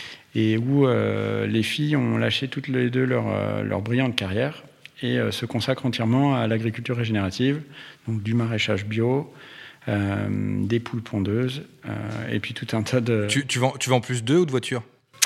Et où euh, les filles ont lâché toutes les deux leur, euh, leur brillante carrière et euh, se consacrent entièrement à l'agriculture régénérative, donc du maraîchage bio, euh, des poules pondeuses, euh, et puis tout un tas de...
Tu, tu, vends, tu vends plus d'œufs ou de voitures ?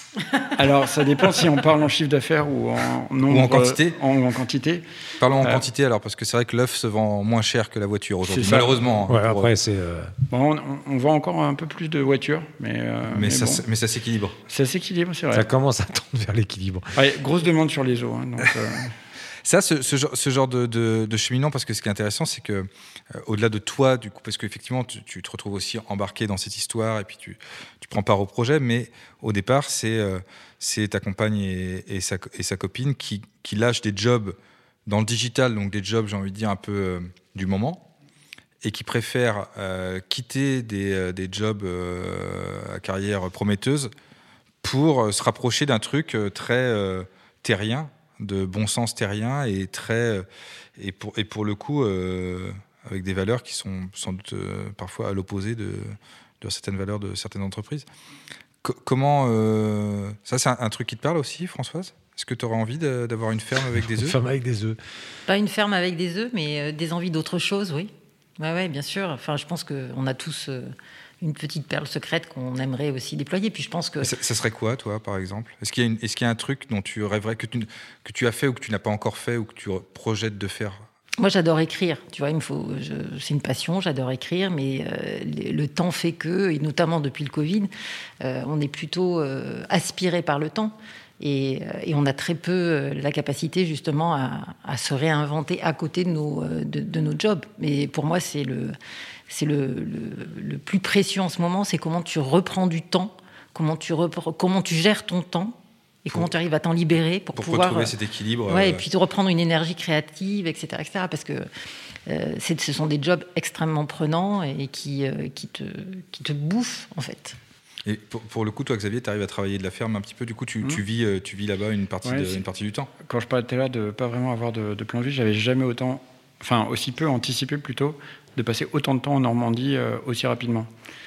Alors, ça dépend si on parle en chiffre d'affaires ou en nombre,
ou en quantité.
En, en quantité.
Parlons en
euh,
quantité alors, parce que c'est vrai que l'œuf se vend moins cher que la voiture aujourd'hui,
c'est
malheureusement.
Ouais, après, c'est. Euh...
Bon, on, on vend encore un peu plus de voitures, mais. Euh,
mais,
mais,
ça,
bon.
mais ça s'équilibre.
Ça s'équilibre, c'est vrai.
Ça commence à tendre vers l'équilibre.
Ouais, grosse demande sur les eaux. Hein, donc, euh...
Ça, ce, ce genre, ce genre de, de, de cheminement, parce que ce qui est intéressant, c'est que, euh, au-delà de toi, du coup, parce qu'effectivement, tu, tu te retrouves aussi embarqué dans cette histoire et puis tu, tu prends part au projet, mais au départ, c'est, euh, c'est ta compagne et, et, sa, et sa copine qui, qui lâchent des jobs dans le digital, donc des jobs, j'ai envie de dire, un peu euh, du moment, et qui préfèrent euh, quitter des, euh, des jobs euh, à carrière prometteuse pour euh, se rapprocher d'un truc euh, très euh, terrien, de bon sens terrien et très et pour et pour le coup euh, avec des valeurs qui sont sans doute euh, parfois à l'opposé de, de certaines valeurs de certaines entreprises. Co- comment euh, ça c'est un, un truc qui te parle aussi, Françoise ? Est-ce que tu aurais envie de, d'avoir une ferme avec des œufs ?
Une ferme avec des œufs.
Pas une ferme avec des œufs, mais euh, des envies d'autre chose, oui. Ouais, ouais, bien sûr. Enfin, je pense qu'on a tous euh, une petite perle secrète qu'on aimerait aussi déployer. Puis je pense que...
Ça, ça serait quoi, toi, par exemple ? Est-ce qu'il y a une, est-ce qu'il y a un truc dont tu rêverais, que tu, que tu as fait ou que tu n'as pas encore fait ou que tu projettes de faire ?
Moi, j'adore écrire. Tu vois, il me faut, je, c'est une passion, j'adore écrire, mais euh, le, le temps fait que, et notamment depuis le Covid, euh, on est plutôt euh, aspiré par le temps. Et, et on a très peu la capacité justement à, à se réinventer à côté de nos, de, de nos jobs. Mais pour moi, c'est, le, c'est le, le, le plus précieux en ce moment, c'est comment tu reprends du temps, comment tu, repre, comment tu gères ton temps et pour, comment tu arrives à t'en libérer pour,
pour
pouvoir...
retrouver cet équilibre.
Ouais,
euh...
et puis de reprendre une énergie créative, et cetera, et cetera parce que euh, c'est, ce sont des jobs extrêmement prenants et qui, euh, qui, te, qui te bouffent, en fait.
Et pour, pour le coup, toi, Xavier, tu arrives à travailler de la ferme un petit peu. Du coup, tu, mmh. tu, vis, tu vis là-bas une partie, ouais, de, une partie du temps.
Quand je parlais là de ne pas vraiment avoir de, de plan de vie, j'avais jamais autant, enfin aussi peu anticipé plutôt, de passer autant de temps en Normandie euh, aussi rapidement.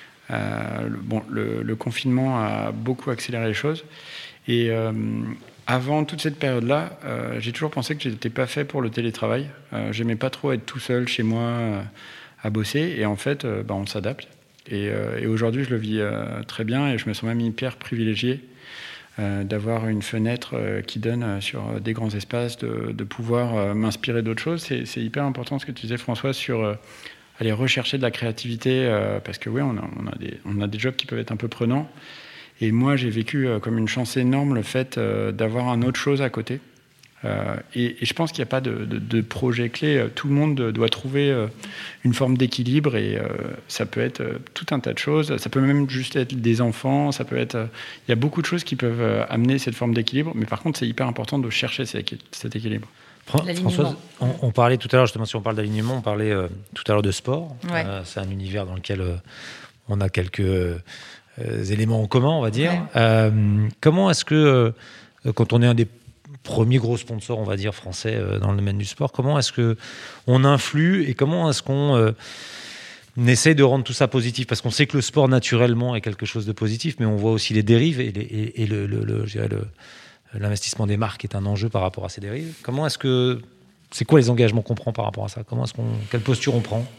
Euh, le, bon, le, le confinement a beaucoup accéléré les choses. Et euh, avant toute cette période-là, euh, j'ai toujours pensé que je n'étais pas fait pour le télétravail. Euh, j'aimais pas trop être tout seul chez moi euh, à bosser. Et en fait, euh, bah, on s'adapte. Et, euh, et aujourd'hui, je le vis euh, très bien et je me sens même hyper privilégié euh, d'avoir une fenêtre euh, qui donne sur des grands espaces, de, de pouvoir euh, m'inspirer d'autres choses. C'est, c'est hyper important ce que tu disais, François, sur euh, aller rechercher de la créativité euh, parce que oui, on a, on, a des, on a des jobs qui peuvent être un peu prenants. Et moi, j'ai vécu euh, comme une chance énorme le fait euh, d'avoir un autre chose à côté. Euh, et, et je pense qu'il n'y a pas de, de, de projet clé. Tout le monde doit trouver euh, une forme d'équilibre et euh, ça peut être euh, tout un tas de choses. Ça peut même juste être des enfants. Ça peut être. Euh, il y a beaucoup de choses qui peuvent euh, amener cette forme d'équilibre. Mais par contre, c'est hyper important de chercher cet équilibre.
Françoise, on, on parlait tout à l'heure, justement, si on parle d'alignement, on parlait euh, tout à l'heure de sport.
Ouais.
Euh, c'est un univers dans lequel euh, on a quelques euh, éléments en commun, on va dire.
Ouais.
Euh, comment est-ce que, euh, quand on est un des premiers gros sponsors, on va dire, français euh, dans le domaine du sport, comment est-ce qu'on influe et comment est-ce qu'on euh, essaye de rendre tout ça positif? Parce qu'on sait que le sport, naturellement, est quelque chose de positif, mais on voit aussi les dérives et, les, et, et le, le, le, je dirais le l'investissement des marques est un enjeu par rapport à ces dérives. Comment est-ce que... C'est quoi les engagements qu'on prend par rapport à ça? Comment est-ce qu'on, quelle posture on prend?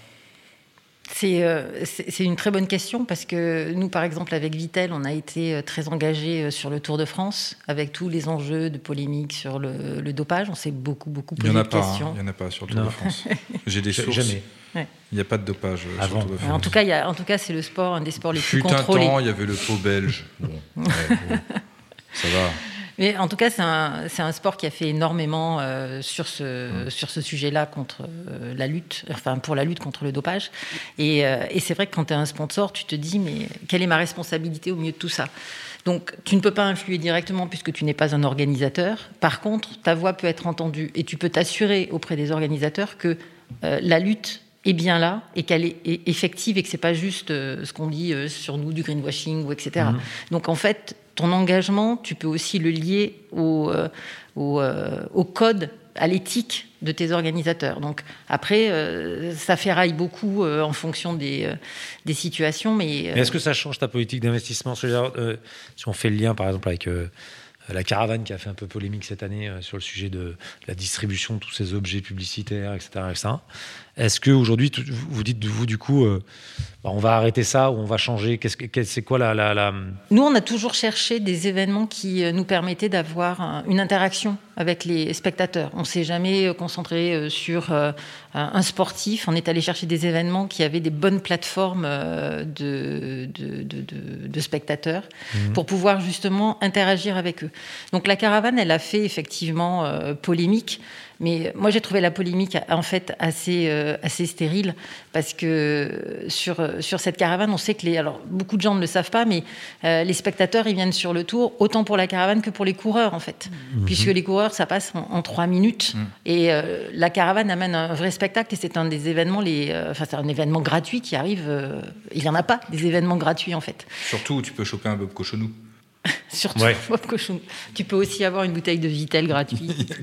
C'est, euh, c'est, c'est une très bonne question parce que nous, par exemple, avec Vittel, on a été très engagés sur le Tour de France avec tous les enjeux de polémique sur le, le dopage. On s'est beaucoup, beaucoup posé de questions.
Il n'y en a pas sur le Tour
Non.
de France. J'ai des sources.
Jamais.
Ouais.
Il n'y a pas de dopage euh, sur
Avant.
le Tour de France.
En tout cas, il y a, en tout cas, c'est le sport, un des sports les plus
Fut un
contrôlés.
temps, il y avait le pot belge. Bon, ouais, bon, ça va.
Mais en tout cas, c'est un, c'est un sport qui a fait énormément euh, sur ce,
Mmh.
sur ce sujet-là contre euh, la lutte, enfin pour la lutte contre le dopage. Et, euh, et c'est vrai que quand tu es un sponsor, tu te dis, mais quelle est ma responsabilité au milieu de tout ça? Donc, tu ne peux pas influer directement puisque tu n'es pas un organisateur. Par contre, ta voix peut être entendue et tu peux t'assurer auprès des organisateurs que euh, la lutte est bien là et qu'elle est, est effective et que c'est pas juste euh, ce qu'on dit euh, sur nous du greenwashing ou et cetera.
Mmh.
Donc, en fait, ton engagement, tu peux aussi le lier au, euh, au, euh, au code, à l'éthique de tes organisateurs. Donc après, euh, ça ferraille beaucoup euh, en fonction des, euh, des situations. Mais, euh,
Mais est-ce que ça change ta politique d'investissement? euh, Si on fait le lien, par exemple, avec euh, la caravane qui a fait un peu polémique cette année euh, sur le sujet de la distribution de tous ces objets publicitaires, et cetera, et cetera. Est-ce qu'aujourd'hui, tout- vous dites, vous, du coup, euh, bah, on va arrêter ça ou on va changer? Qu'est-ce que, qu'est- C'est quoi la... la, la...
Nous, on a toujours cherché des événements qui euh, nous permettaient d'avoir un- une interaction avec les spectateurs. On ne s'est jamais euh, concentré euh, sur euh, un sportif. On est allé chercher des événements qui avaient des bonnes plateformes euh, de, de, de, de, de spectateurs
Mmh.
pour pouvoir justement interagir avec eux. Donc la caravane, elle a fait effectivement euh, polémique. Mais moi, j'ai trouvé la polémique en fait assez, euh, assez stérile parce que sur, sur cette caravane, on sait que les, alors beaucoup de gens ne le savent pas, mais euh, les spectateurs, ils viennent sur le Tour autant pour la caravane que pour les coureurs en fait, mmh. puisque les coureurs, ça passe en, en trois minutes mmh. et euh, la caravane amène un vrai spectacle et c'est un des événements, les, euh, enfin c'est un événement gratuit qui arrive. Euh, il y en a pas des événements gratuits en fait.
Surtout où tu peux choper un Bob Cochonou.
Surtout,
ouais.
Bob Cochonou. Tu peux aussi avoir une bouteille de Vittel gratuite.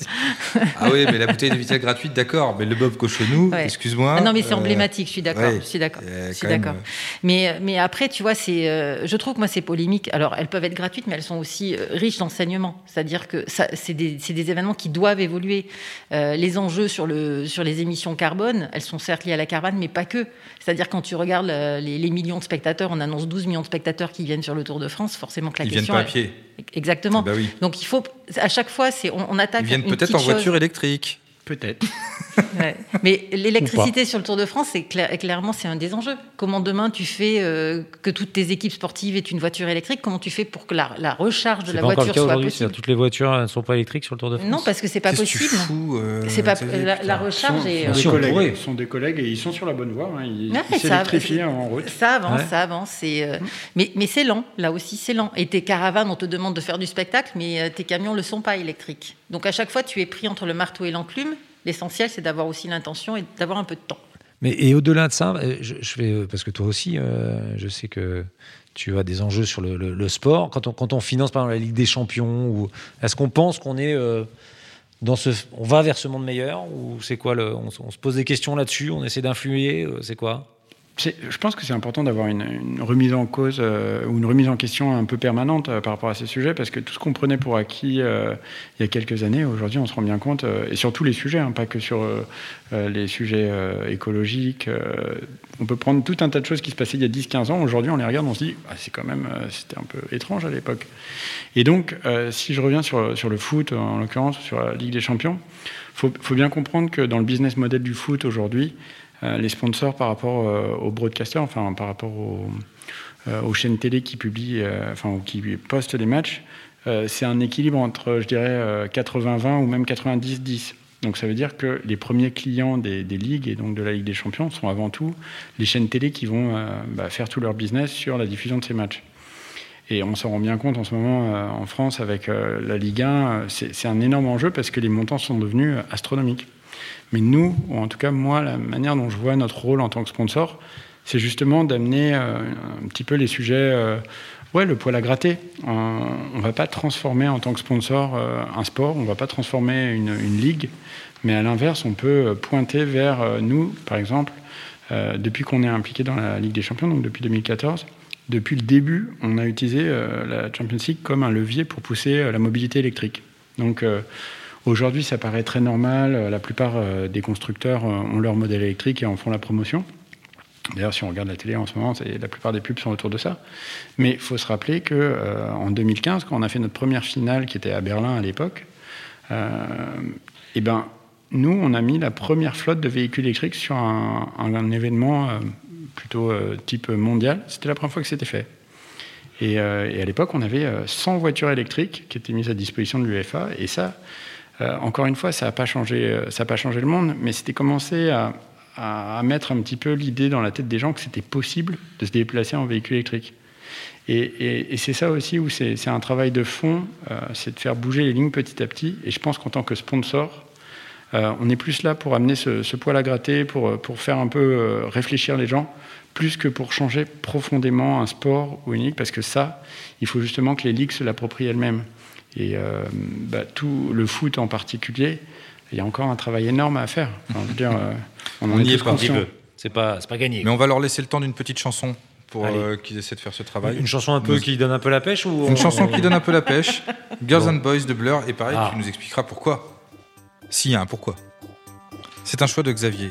Ah oui, mais la bouteille de Vittel gratuite, d'accord. Mais le Bob Cochonou, ouais. excuse-moi.
Ah non, mais c'est euh, emblématique, je suis d'accord. Ouais, je suis d'accord. Je suis d'accord. Même... Mais, mais après, tu vois, c'est, euh, je trouve que moi, ces polémiques, alors elles peuvent être gratuites, mais elles sont aussi euh, riches d'enseignements. C'est-à-dire que ça, c'est, des, c'est des événements qui doivent évoluer. Euh, les enjeux sur, le, sur les émissions carbone, elles sont certes liées à la caravane, mais pas que. C'est-à-dire quand tu regardes euh, les, les millions de spectateurs, on annonce douze millions de spectateurs qui viennent sur le Tour de France, forcément que la
Ils
question...
Ils viennent pas à pied.
Exactement.
Bah oui.
Donc il faut, à chaque fois, c'est, on, on attaque.
Ils viennent
une
peut-être en voiture
chose.
électrique.
Peut-être.
Ouais. Mais l'électricité sur le Tour de France, c'est clair, clairement, c'est un des enjeux. Comment demain tu fais euh, que toutes tes équipes sportives aient une voiture électrique? Comment tu fais pour que la, la recharge de
c'est
la
pas
voiture
encore le cas
soit
aujourd'hui,
possible?
Toutes les voitures ne sont pas électriques sur le Tour de France.
Non, parce que c'est pas
Qu'est-ce
possible.
Que tu fous, euh,
c'est pas la, la recharge
sont,
est.
Sont,
si,
des collègues,
on
sont des collègues et ils sont sur la bonne voie. Hein. Ils,
ouais,
ils s'électrifient
ça,
en route.
Ça avance,
ouais.
ça avance. C'est, euh, mmh. mais, mais c'est lent. Là aussi, c'est lent. Et tes caravanes, on te demande de faire du spectacle, mais euh, tes camions ne le sont pas électriques. Donc à chaque fois, tu es pris entre le marteau et l'enclume. L'essentiel, c'est d'avoir aussi l'intention et d'avoir un peu de temps.
Mais et au-delà de ça, je, je vais parce que toi aussi, euh, je sais que tu as des enjeux sur le, le, le sport. Quand on, quand on finance par exemple la Ligue des Champions, ou est-ce qu'on pense qu'on est euh, dans ce, on va vers ce monde meilleur, ou c'est quoi le, on, on se pose des questions là-dessus, on essaie d'influer, euh, c'est quoi?
C'est, je pense que c'est important d'avoir une, une remise en cause euh, ou une remise en question un peu permanente euh, par rapport à ces sujets, parce que tout ce qu'on prenait pour acquis euh, il y a quelques années, aujourd'hui on se rend bien compte, euh, et sur tous les sujets, hein, pas que sur euh, les sujets euh, écologiques, euh, on peut prendre tout un tas de choses qui se passaient il y a dix quinze ans, aujourd'hui on les regarde, on se dit ah, c'est quand même, euh, c'était un peu étrange à l'époque. Et donc, euh, si je reviens sur, sur le foot, en l'occurrence, sur la Ligue des Champions, il faut, faut bien comprendre que dans le business model du foot aujourd'hui, les sponsors par rapport euh, aux broadcasters, enfin par rapport aux, euh, aux chaînes télé qui publient, euh, enfin qui postent les matchs, euh, c'est un équilibre entre, je dirais, euh, quatre-vingts vingt ou même quatre-vingt-dix dix. Donc ça veut dire que les premiers clients des, des ligues et donc de la Ligue des Champions sont avant tout les chaînes télé qui vont euh, bah, faire tout leur business sur la diffusion de ces matchs. Et on s'en rend bien compte en ce moment euh, en France avec euh, la Ligue un. Euh, c'est, c'est un énorme enjeu parce que les montants sont devenus astronomiques. Mais nous, ou en tout cas moi, la manière dont je vois notre rôle en tant que sponsor, c'est justement d'amener euh, un petit peu les sujets, euh, ouais, le poil à gratter. Euh, on ne va pas transformer en tant que sponsor euh, un sport, on ne va pas transformer une, une ligue, mais à l'inverse, on peut pointer vers euh, nous, par exemple, euh, depuis qu'on est impliqué dans la Ligue des Champions, donc depuis deux mille quatorze, depuis le début, on a utilisé euh, la Champions League comme un levier pour pousser euh, la mobilité électrique. Donc euh, aujourd'hui, ça paraît très normal. La plupart euh, des constructeurs euh, ont leur modèle électrique et en font la promotion. D'ailleurs, si on regarde la télé en ce moment, c'est, la plupart des pubs sont autour de ça. Mais il faut se rappeler qu'en euh, deux mille quinze, quand on a fait notre première finale, qui était à Berlin à l'époque, euh, et ben, nous, on a mis la première flotte de véhicules électriques sur un, un, un événement euh, plutôt euh, type mondial. C'était la première fois que c'était fait. Et, euh, et à l'époque, on avait cent voitures électriques qui étaient mises à disposition de l'U E F A. Et ça, euh, encore une fois, ça n'a pas changé, ça n'a pas changé le monde, mais c'était commencé à à mettre un petit peu l'idée dans la tête des gens que c'était possible de se déplacer en véhicule électrique. Et, et, et c'est ça aussi où c'est, c'est un travail de fond, euh, c'est de faire bouger les lignes petit à petit. Et je pense qu'en tant que sponsor, euh, on est plus là pour amener ce, ce poil à gratter, pour, pour faire un peu euh, réfléchir les gens, plus que pour changer profondément un sport ou une ligue, parce que ça, il faut justement que les ligues se l'approprient elles-mêmes. Et euh, bah, tout le foot en particulier, il y a encore un travail énorme à faire. Enfin, je veux dire, euh, on en
On
est
y est
tous
pas.
conscients.
C'est pas, c'est pas gagné.
Mais on va leur laisser le temps d'une petite chanson pour
Allez.
euh, qu'ils essaient de faire ce travail.
Une chanson un peu
Nous-
qui donne un peu la pêche ou
Une
on-
chanson
on-
qui donne un peu la pêche. Girls
Bon.
and Boys de Blur. Et pareil,
Ah.
tu nous expliqueras pourquoi. S'il y a un pourquoi. C'est un choix de Xavier.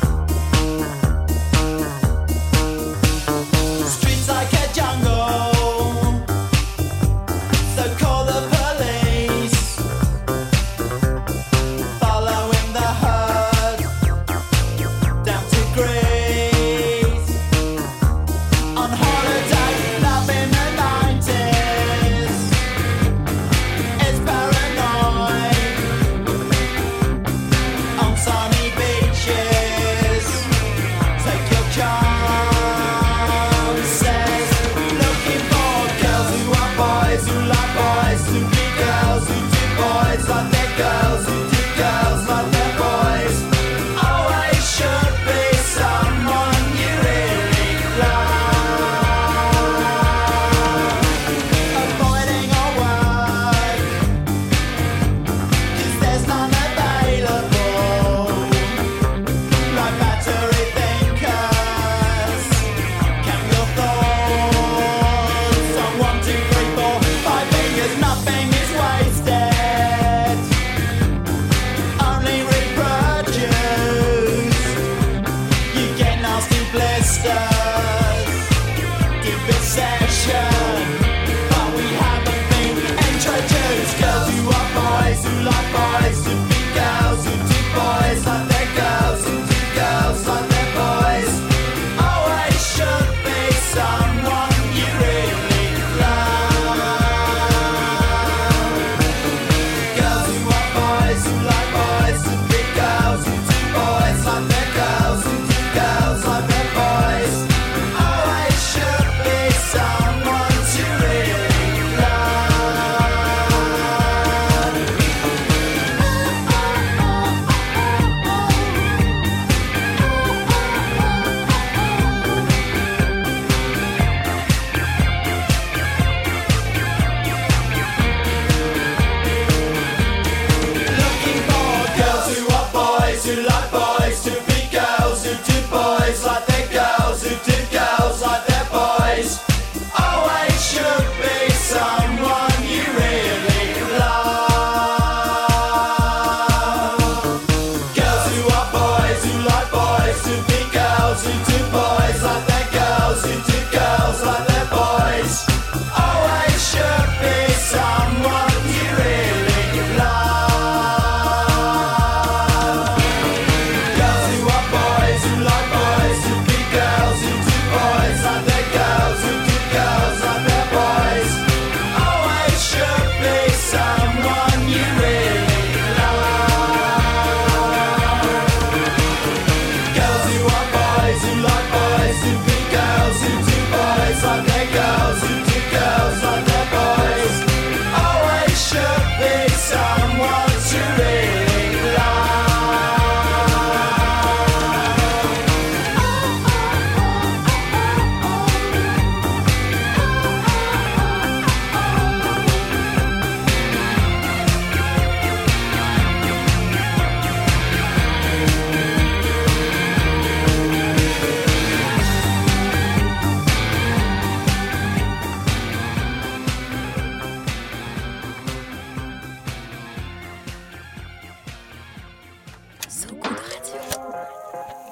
Streets like a jungle.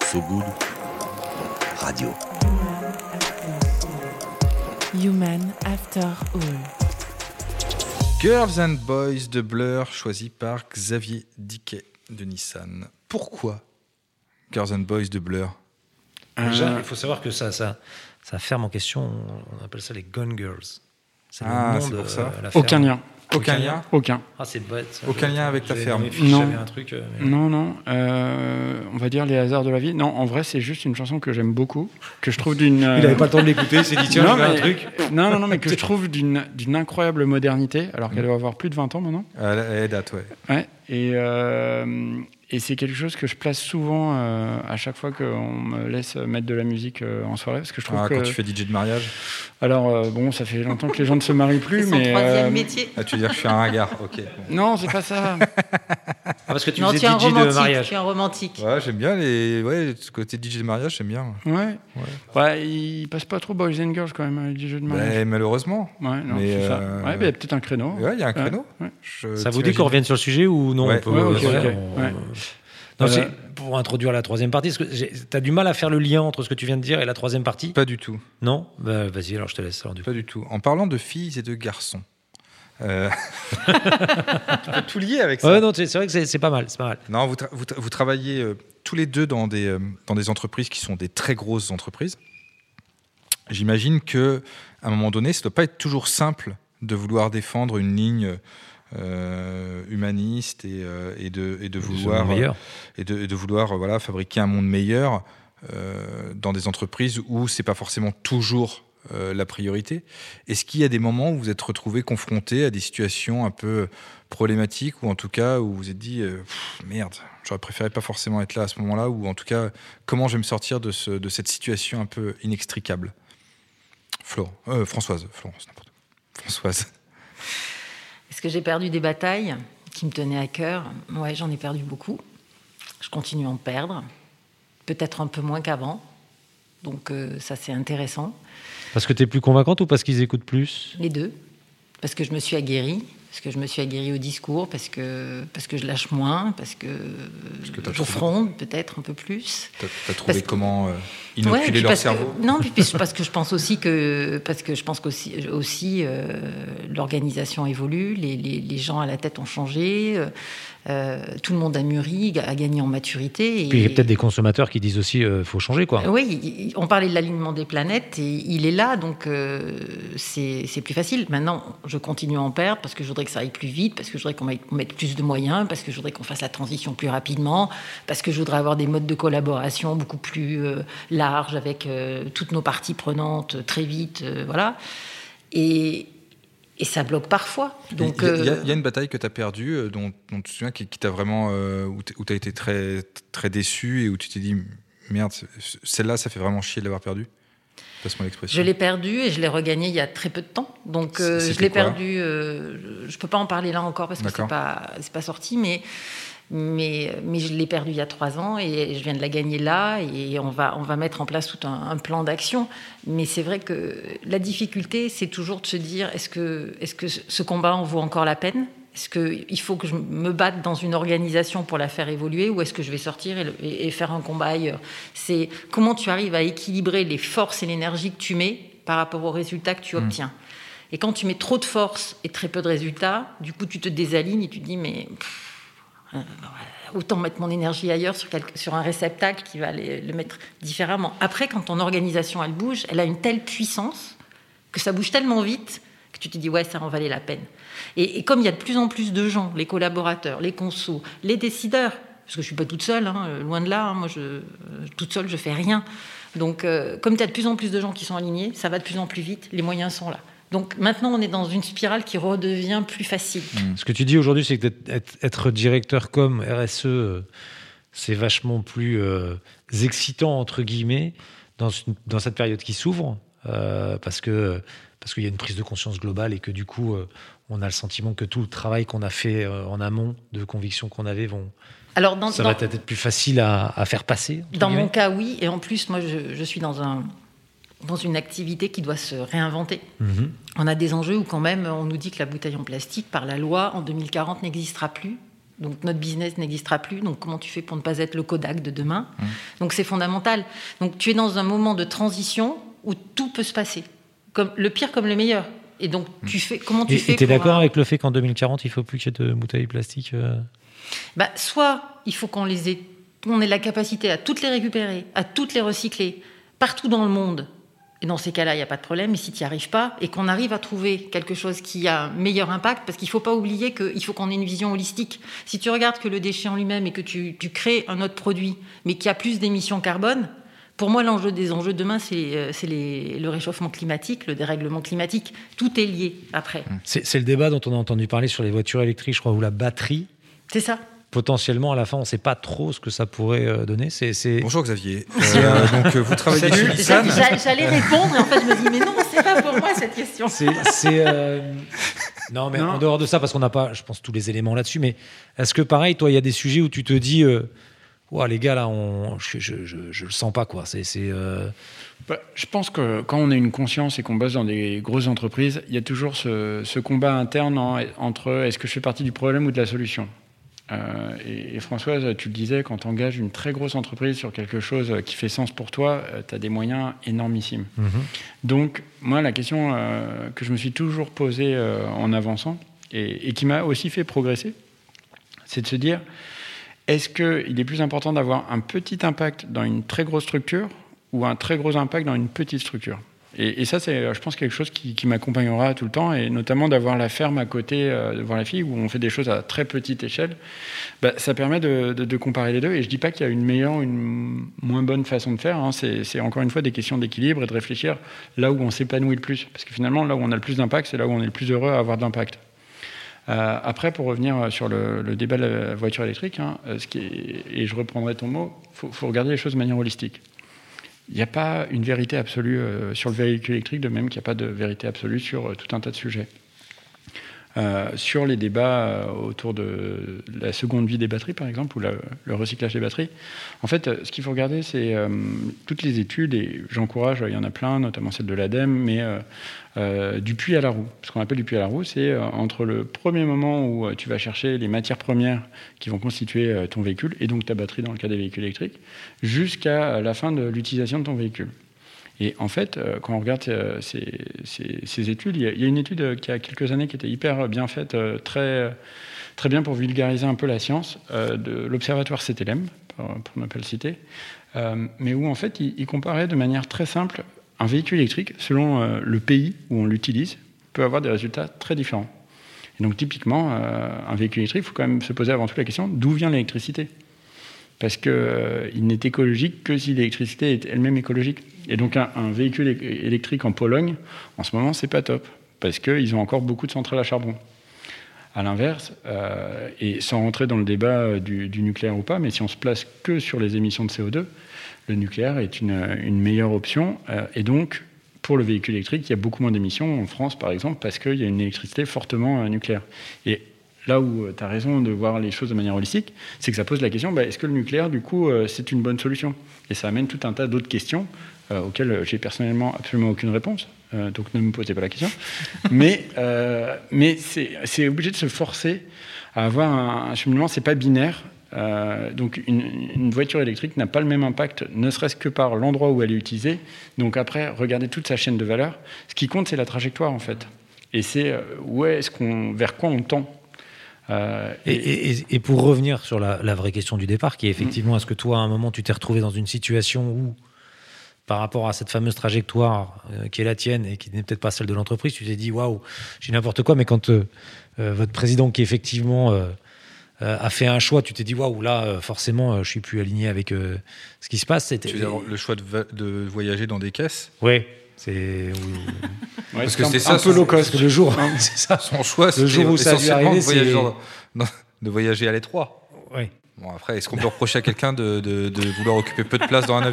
So Good Radio.
Human After All.
Girls and Boys de Blur, choisi par Xavier Diquet de Nissan. Pourquoi Girls and Boys de Blur?
Déjà, il faut savoir que ça, ça, ça ferme en question, on appelle ça les Gone Girls. C'est
Ah,
le nom
c'est
de
pour ça.
la ferme.
Aucun lien.
Aucun lien?
Aucun.
Ah, c'est bête. Ça.
Aucun lien avec ta
J'avais
ferme.
dans mes fiches,
Non.
j'avais un truc. euh, mais-
Non, non. euh, on va dire les hasards de la vie. Non, en vrai, c'est juste une chanson que j'aime beaucoup, que je trouve d'une. euh,
Il n'avait pas le temps de l'écouter, il s'est dit tiens,
non,
je fais un
mais-
truc.
non, non, non, mais que je trouve d'une d'une incroyable modernité, alors qu'elle doit avoir plus de vingt ans maintenant.
Elle, elle date, ouais.
Ouais. Et, euh, et c'est quelque chose que je place souvent euh, à chaque fois qu'on me laisse mettre de la musique euh, en soirée, parce que je trouve
Ah,
que.
quand tu fais D J de mariage.
Alors euh, bon, ça fait longtemps que les gens ne se marient plus,
C'est son
mais.
troisième
euh,
métier.
Ah, tu veux dire que je suis un ringard, ok. bon.
Non, c'est pas ça.
Ah, parce que tu
Non,
faisais
tu es un
D J de
romantique.
mariage.
Tu es un romantique.
Ouais, j'aime bien les. Ouais, ce côté D J de mariage, j'aime bien.
Ouais. Ouais, il passe pas trop Boys and Girls quand même, avec les jeux de mariage.
Mais malheureusement.
Ouais, non,
mais,
c'est ça.
euh,
Ouais, mais il y a peut-être un créneau.
Ouais, il y a un créneau.
Ouais.
Je
Ça vous dit
t'imagine.
qu'on revienne sur le sujet ou non?
Ouais.
on peut-
Ouais, ok,
ouais,
ok.
on-
Ouais.
Non,
Euh,
c'est pour introduire la troisième partie. Tu as du mal à faire le lien entre ce que tu viens de dire et la troisième partie?
Pas du tout.
Non? Bah, vas-y, alors je te laisse. Alors, du coup.
Pas du tout. En parlant de filles et de garçons. Euh... tu peux tout lier avec ça.
Ouais, non, c'est c'est vrai que c'est c'est pas mal. C'est pas mal.
Non, vous, tra- vous, tra- vous travaillez euh, tous les deux dans des, euh, dans des entreprises qui sont des très grosses entreprises. J'imagine que à un moment donné, ça ne doit pas être toujours simple de vouloir défendre une ligne euh, humaniste et, euh, et, de, et de vouloir,
meilleur.
et de, et de vouloir euh, voilà, fabriquer un monde meilleur euh, dans des entreprises où c'est pas forcément toujours euh, la priorité. Est-ce qu'il y a des moments où vous êtes retrouvés confrontés à des situations un peu problématiques, ou en tout cas où vous vous êtes dit euh, Pff, merde, j'aurais préféré pas forcément être là à ce moment-là, ou en tout cas comment je vais me sortir de, ce, de cette situation un peu inextricable? Florent, euh, Françoise, Florence, n'importe quoi. Françoise.
Est-ce que j'ai perdu des batailles qui me tenaient à cœur? Ouais, j'en ai perdu beaucoup. Je continue à en perdre. Peut-être un peu moins qu'avant. Donc euh, ça, c'est intéressant.
Parce que tu es plus convaincante ou parce qu'ils écoutent plus?
Les deux. Parce que je me suis aguerrie. Parce que je me suis aguerrie au discours. Parce que, parce que je lâche moins. Parce que,
que t'as
je
trouvé-
fronde peut-être un peu plus.
T'as, t'as trouvé
Parce que-
comment euh,
Ouais,
inoculer
puis
leur
parce que-
cerveau?
Non, puis parce parce que je pense aussi que parce que je pense qu'aussi aussi euh, l'organisation évolue, les, les, les gens à la tête ont changé, euh, euh, tout le monde a mûri, a gagné en maturité. Et,
Puis il y a peut-être des consommateurs qui disent aussi qu'il faut changer, quoi.
Oui, il- on parlait de l'alignement des planètes et il est là, donc euh, c'est c'est plus facile. Maintenant, je continue à en perdre parce que je voudrais que ça aille plus vite, parce que je voudrais qu'on mette- mette plus de moyens, parce que je voudrais qu'on fasse la transition plus rapidement, parce que je voudrais avoir des modes de collaboration beaucoup plus euh, larges avec euh, toutes nos parties prenantes euh, très vite, euh, voilà. Et, et ça bloque parfois. Donc,
il, y a, il y a-
euh,
il y a une bataille que tu as perdue, euh, dont, dont tu te souviens, qui, qui t'a vraiment, euh, où tu as été très, très déçu et où tu t'es dit merde, c'est- celle-là, ça fait vraiment chier de l'avoir perdue. Passe-moi l'expression.
Je l'ai perdu et je l'ai regagné il y a très peu de temps. Donc euh,
C'était
je l'ai
quoi
perdu. euh, je ne peux pas en parler là encore parce que
D'accord.
c'est pas c'est pas sorti, mais mais mais je l'ai perdu il y a trois ans et je viens de la gagner là et on va on va mettre en place tout un, un plan d'action. Mais c'est vrai que la difficulté, c'est toujours de se dire est-ce que est-ce que ce combat en vaut encore la peine? Est-ce qu'il faut que je me batte dans une organisation pour la faire évoluer ou est-ce que je vais sortir et, le- et- et faire un combat ailleurs? C'est comment tu arrives à équilibrer les forces et l'énergie que tu mets par rapport aux résultats que tu obtiens. Et quand tu mets trop de force et très peu de résultats, du coup, tu te désalignes et tu te dis, mais pff, euh, autant mettre mon énergie ailleurs sur, quelque- sur un réceptacle qui va les- le mettre différemment. Après, quand ton organisation, elle bouge, elle a une telle puissance que ça bouge tellement vite que tu te dis, ouais, ça en valait la peine. Et, et comme il y a de plus en plus de gens, les collaborateurs, les consos, les décideurs, parce que je ne suis pas toute seule, hein, loin de là, hein, moi, je, euh, toute seule, je ne fais rien. Donc, euh, comme tu as de plus en plus de gens qui sont alignés, ça va de plus en plus vite, les moyens sont là. Donc maintenant, on est dans une spirale qui redevient plus facile.
Ce que tu dis aujourd'hui, c'est que d'être- être, être directeur com, R S E, euh, c'est vachement plus euh, excitant, entre guillemets, dans, une- dans cette période qui s'ouvre, euh, parce que parce qu'il y a une prise de conscience globale et que du coup, euh, on a le sentiment que tout le travail qu'on a fait euh, en amont, de conviction qu'on avait, vont,
Alors, dans,
ça
dans-
va peut-être être plus facile à, à faire passer. entre
Dans
guillemets.
mon cas, oui. Et en plus, moi, je, je suis dans, un, dans une activité qui doit se réinventer.
Mhm.
On a des enjeux où, quand même, on nous dit que la bouteille en plastique, par la loi, en deux mille quarante, n'existera plus. Donc notre business n'existera plus. Donc comment tu fais pour ne pas être le Kodak de demain ? Mmh. Donc c'est fondamental. Donc tu es dans un moment de transition où tout peut se passer, comme le pire comme le meilleur. Et donc tu fais comment tu
et,
fais
Et tu es
pour
d'accord
un...
avec le fait qu'en deux mille quarante, il faut plus qu'il y ait de bouteilles plastiques euh...
bah, soit il faut qu'on les ait, on ait la capacité à toutes les récupérer, à toutes les recycler partout dans le monde. Et dans ces cas-là, il n'y a pas de problème. Mais si tu n'y arrives pas et qu'on arrive à trouver quelque chose qui a un meilleur impact, parce qu'il ne faut pas oublier qu'il faut qu'on ait une vision holistique. Si tu regardes que le déchet en lui-même et que tu, tu crées un autre produit, mais qui a plus d'émissions carbone, pour moi, l'enjeu des enjeux de demain, c'est, c'est les, le réchauffement climatique, le dérèglement climatique. Tout est lié après.
C'est, c'est le débat dont on a entendu parler sur les voitures électriques, je crois, ou la batterie.
C'est ça.
Potentiellement, à la fin, on ne sait pas trop ce que ça pourrait donner. C'est, c'est...
Bonjour Xavier. Euh, donc, vous travaillez chez Nissan.
J'allais répondre, et en fait, je me dis, mais non, c'est pas pour moi cette question.
C'est, c'est, euh... Non, mais non. En dehors de ça, parce qu'on n'a pas, je pense, tous les éléments là-dessus, mais est-ce que, pareil, toi, il y a des sujets où tu te dis, euh, ouais, les gars, là, on... je, je, je, je le sens pas, quoi. C'est, c'est, euh...
bah, je pense que quand on a une conscience et qu'on bosse dans des grosses entreprises, il y a toujours ce, ce combat interne en, entre est-ce que je fais partie du problème ou de la solution. Euh, et, et Françoise, tu le disais, quand tu engages une très grosse entreprise sur quelque chose qui fait sens pour toi, euh, tu as des moyens énormissimes. Mmh. Donc, moi, la question euh, que je me suis toujours posée euh, en avançant, et, et qui m'a aussi fait progresser, c'est de se dire, est-ce qu'il est plus important d'avoir un petit impact dans une très grosse structure ou un très gros impact dans une petite structure ? Et, et ça, c'est, je pense, quelque chose qui, qui m'accompagnera tout le temps, et notamment d'avoir la ferme à côté, euh, devant la fille, où on fait des choses à très petite échelle. Bah, ça permet de, de, de comparer les deux. Et je ne dis pas qu'il y a une meilleure ou une moins bonne façon de faire. Hein. C'est, c'est encore une fois des questions d'équilibre et de réfléchir là où on s'épanouit le plus. Parce que finalement, là où on a le plus d'impact, c'est là où on est le plus heureux à avoir de l'impact. Euh, après, pour revenir sur le, le débat de la voiture électrique, hein, ce qui est, et je reprendrai ton mot, il faut, faut regarder les choses de manière holistique. Il n'y a pas une vérité absolue euh, sur le véhicule électrique, de même qu'il n'y a pas de vérité absolue sur euh, tout un tas de sujets. Euh, sur les débats euh, autour de la seconde vie des batteries, par exemple, ou la, le recyclage des batteries, en fait, euh, ce qu'il faut regarder, c'est euh, toutes les études, et j'encourage, il y en a plein, notamment celle de l'ADEME, mais euh, euh, du puits à la roue. Ce qu'on appelle du puits à la roue, c'est euh, entre le premier moment où euh, tu vas chercher les matières premières qui vont constituer euh, ton véhicule, et donc ta batterie dans le cas des véhicules électriques, jusqu'à la fin de l'utilisation de ton véhicule. Et en fait, quand on regarde ces, ces, ces études, il y, a, il y a une étude qui a quelques années qui était hyper bien faite, très, très bien pour vulgariser un peu la science, de l'Observatoire C T L M, pour, pour ne pas le citer, mais où en fait, il, il comparait de manière très simple un véhicule électrique, selon le pays où on l'utilise, peut avoir des résultats très différents. Et donc typiquement, un véhicule électrique, il faut quand même se poser avant tout la question, d'où vient l'électricité ? Parce qu'il euh, n'est écologique que si l'électricité est elle-même écologique. Et donc un, un véhicule électrique en Pologne, en ce moment, c'est pas top, parce qu'ils ont encore beaucoup de centrales à charbon. À l'inverse, euh, et sans rentrer dans le débat du, du nucléaire ou pas, mais si on se place que sur les émissions de C O deux, le nucléaire est une, une meilleure option. Euh, et donc, pour le véhicule électrique, il y a beaucoup moins d'émissions en France, par exemple, parce qu'il y a une électricité fortement euh, nucléaire. Et là où tu as raison de voir les choses de manière holistique, c'est que ça pose la question, bah, est-ce que le nucléaire, du coup, euh, c'est une bonne solution ? Et ça amène tout un tas d'autres questions euh, auxquelles j'ai personnellement absolument aucune réponse, euh, donc ne me posez pas la question. mais euh, mais c'est, c'est obligé de se forcer à avoir un, un cheminement, c'est pas binaire. Euh, donc une, une voiture électrique n'a pas le même impact, ne serait-ce que par l'endroit où elle est utilisée. Donc après, regardez toute sa chaîne de valeur. Ce qui compte, c'est la trajectoire, en fait. Et c'est euh, où est-ce qu'on, vers quoi on tend.
Euh, et, et, et, et pour revenir sur la, la vraie question du départ, qui est effectivement, est-ce que toi, à un moment, tu t'es retrouvé dans une situation où, par rapport à cette fameuse trajectoire euh, qui est la tienne et qui n'est peut-être pas celle de l'entreprise, tu t'es dit, waouh, j'ai n'importe quoi, mais quand euh, euh, votre président, qui effectivement euh, euh, a fait un choix, tu t'es dit, waouh, là, euh, forcément, euh, je suis plus aligné avec euh, ce qui se passe. C'était...
Tu veux dire le choix de, va- de voyager dans des caisses ?
Oui. C'est oui.
Ouais, parce que c'est ça,
un peu low cost.
Le jour, c'est ça.
Son choix,
le jour où ça a dû arriver,
de voyager, dans, dans, de voyager à l'étroit.
Oui.
Bon, après, est-ce qu'on peut reprocher à quelqu'un de, de, de vouloir occuper peu de place dans un avion ?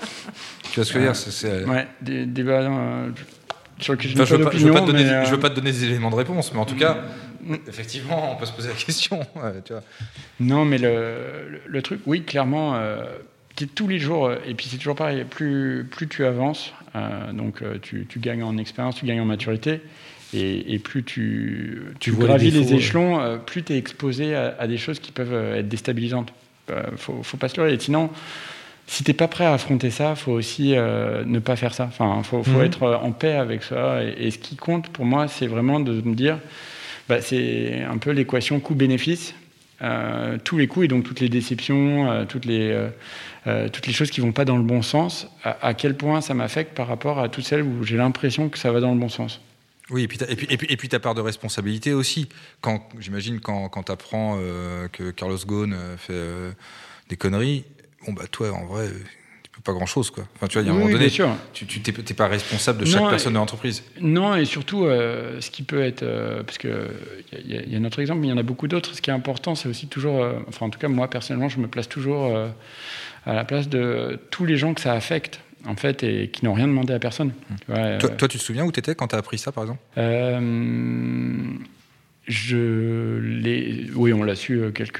Tu vois ce que je veux dire ? c'est, c'est...
Ouais, des débats euh, sur lesquels je
n'ai
enfin,
pas d'opinion. Je ne
euh...
veux pas te donner des éléments de réponse, mais en tout cas, mmh. effectivement, on peut se poser la question. Ouais, tu vois.
Non, mais le, le, le truc, oui, clairement, euh, tous les jours, et puis c'est toujours pareil, plus, plus tu avances, euh, donc tu, tu gagnes en expérience, tu gagnes en maturité, Et, et plus tu, tu,
Tu vois
gravis
les
les,
défauts,
échelons, euh, plus tu es exposé à, à des choses qui peuvent euh, être déstabilisantes. Il euh, faut, faut pas se leurrer. Et sinon, si tu n'es pas prêt à affronter ça, il faut aussi euh, ne pas faire ça. Enfin, il faut, faut
Mhm.
être en paix avec ça. Et, et ce qui compte pour moi, c'est vraiment de me dire, bah, c'est un peu l'équation coût-bénéfice. Euh, tous les coups et donc toutes les déceptions, euh, toutes, les, euh, euh, toutes les choses qui ne vont pas dans le bon sens, à, à quel point ça m'affecte par rapport à toutes celles où j'ai l'impression que ça va dans le bon sens.
Oui, et puis, et puis, et puis, et puis ta part de responsabilité aussi. Quand, j'imagine quand, quand tu apprends euh, que Carlos Ghosn euh, fait euh, des conneries, bon, bah, toi, en vrai, euh, tu peux pas grand-chose, quoi. Enfin, tu vois, il y a un
Oui,
moment donné,
bien sûr.
tu tu t'es, t'es pas responsable de chaque
Non,
personne
et-
de l'entreprise.
Non, et surtout, euh, ce qui peut être... euh, parce qu'il y, y, y a notre exemple, mais il y en a beaucoup d'autres. Ce qui est important, c'est aussi toujours... Euh, enfin, en tout cas, moi, personnellement, je me place toujours euh, à la place de tous les gens que ça affecte, en fait, et qui n'ont rien demandé à personne.
Mmh.
Tu vois, euh,
Toi, toi, tu te souviens où tu étais quand tu as appris ça, par exemple?
euh, je l'ai... Oui, on l'a su euh, quelques...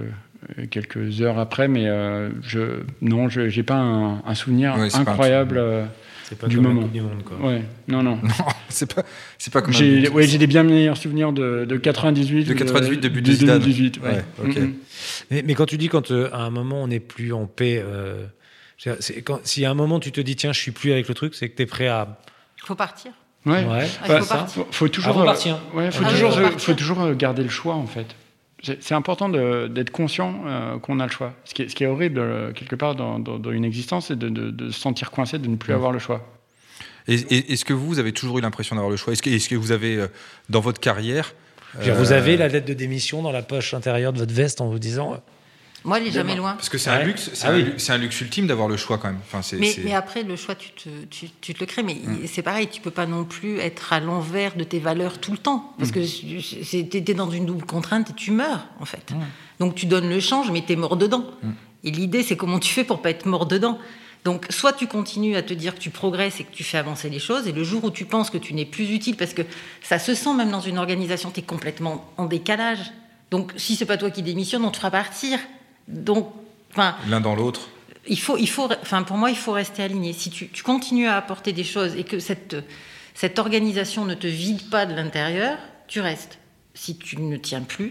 quelques heures après, mais euh, je non, je j'ai pas un, un souvenir
Ouais, c'est pas un
incroyable. euh,
C'est pas
du
comme
moment.
la Coupe du Monde, quoi.
ouais, non, non.
Non, c'est pas, c'est pas comme un
J'ai
but.
ouais, j'ai des bien meilleurs souvenirs de, de quatre-vingt-dix-huit.
De
ou
quatre-vingt-dix-huit, de but de Zidane.
deux mille dix-huit, ouais.
Ouais, ok.
Mhm.
Mais, mais quand tu dis quand euh, à un moment on n'est plus en paix, euh, c'est- c'est quand, si à un moment tu te dis tiens je suis plus avec le truc, c'est que tu es prêt à...
Il faut partir.
Ouais.
Ouais,
il
Bah,
faut
ça,
partir.
faut, faut toujours.
Avant de
euh,
partir.
Ouais, faut
Ah oui,
toujours,
faut
euh,
partir.
faut toujours euh, garder le choix en fait. C'est c'est important de- d'être conscient euh, qu'on a le choix. Ce qui est, ce qui est horrible euh, quelque part dans, dans, dans une existence, c'est de, de, de se sentir coincé, de ne plus
Mmh.
avoir le choix.
Et, et- est-ce que vous, vous avez toujours eu l'impression d'avoir le choix? Est-ce que, est-ce que vous avez, euh, dans votre carrière...
Je veux dire, Vous
euh,
avez la lettre de démission dans la poche intérieure de votre veste en vous disant euh,
Moi, elle est jamais loin.
Parce que c'est
Ouais.
un luxe, c'est
Ah
un,
oui.
lu- c'est un luxe ultime d'avoir le choix quand même. Enfin, c'est,
Mais,
c'est-
mais après, le choix, tu te, tu, tu te le crées. Mais il- c'est pareil, tu peux pas non plus être à l'envers de tes valeurs tout le temps. Parce que tu es dans une double contrainte et tu meurs, en fait. Donc tu donnes le change, mais tu es mort dedans. Et l'idée, c'est comment tu fais pour pas être mort dedans. Donc soit tu continues à te dire que tu progresses et que tu fais avancer les choses, et le jour où tu penses que tu n'es plus utile, parce que ça se sent même dans une organisation, tu es complètement en décalage. Donc si c'est pas toi qui démissionne, on te fera partir. Donc, enfin...
l'un dans l'autre.
Il faut, il faut, enfin pour moi, il faut rester aligné. Si tu, tu continues à apporter des choses et que cette, cette organisation ne te vide pas de l'intérieur, tu restes. Si tu ne tiens plus,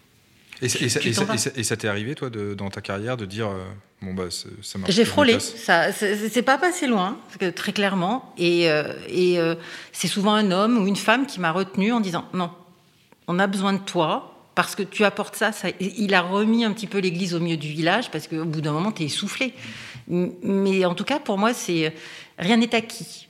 Et, ça- et ça,
tu
et
t'en
ça-
vas.
et ça- et ça t'est arrivé, toi, de- dans ta carrière, de dire euh, bon, bah, c'est- ça marche.
j'ai
je me
frôlé.
casse.
Ça, c'est c'est pas passé loin, parce que, très clairement. Et, euh, et euh, c'est souvent un homme ou une femme qui m'a retenue en disant non, on a besoin de toi. Parce que tu apportes ça, ça, il a remis un petit peu l'église au milieu du village, parce qu'au bout d'un moment, tu es essoufflé. Mais en tout cas, pour moi, c'est rien n'est acquis.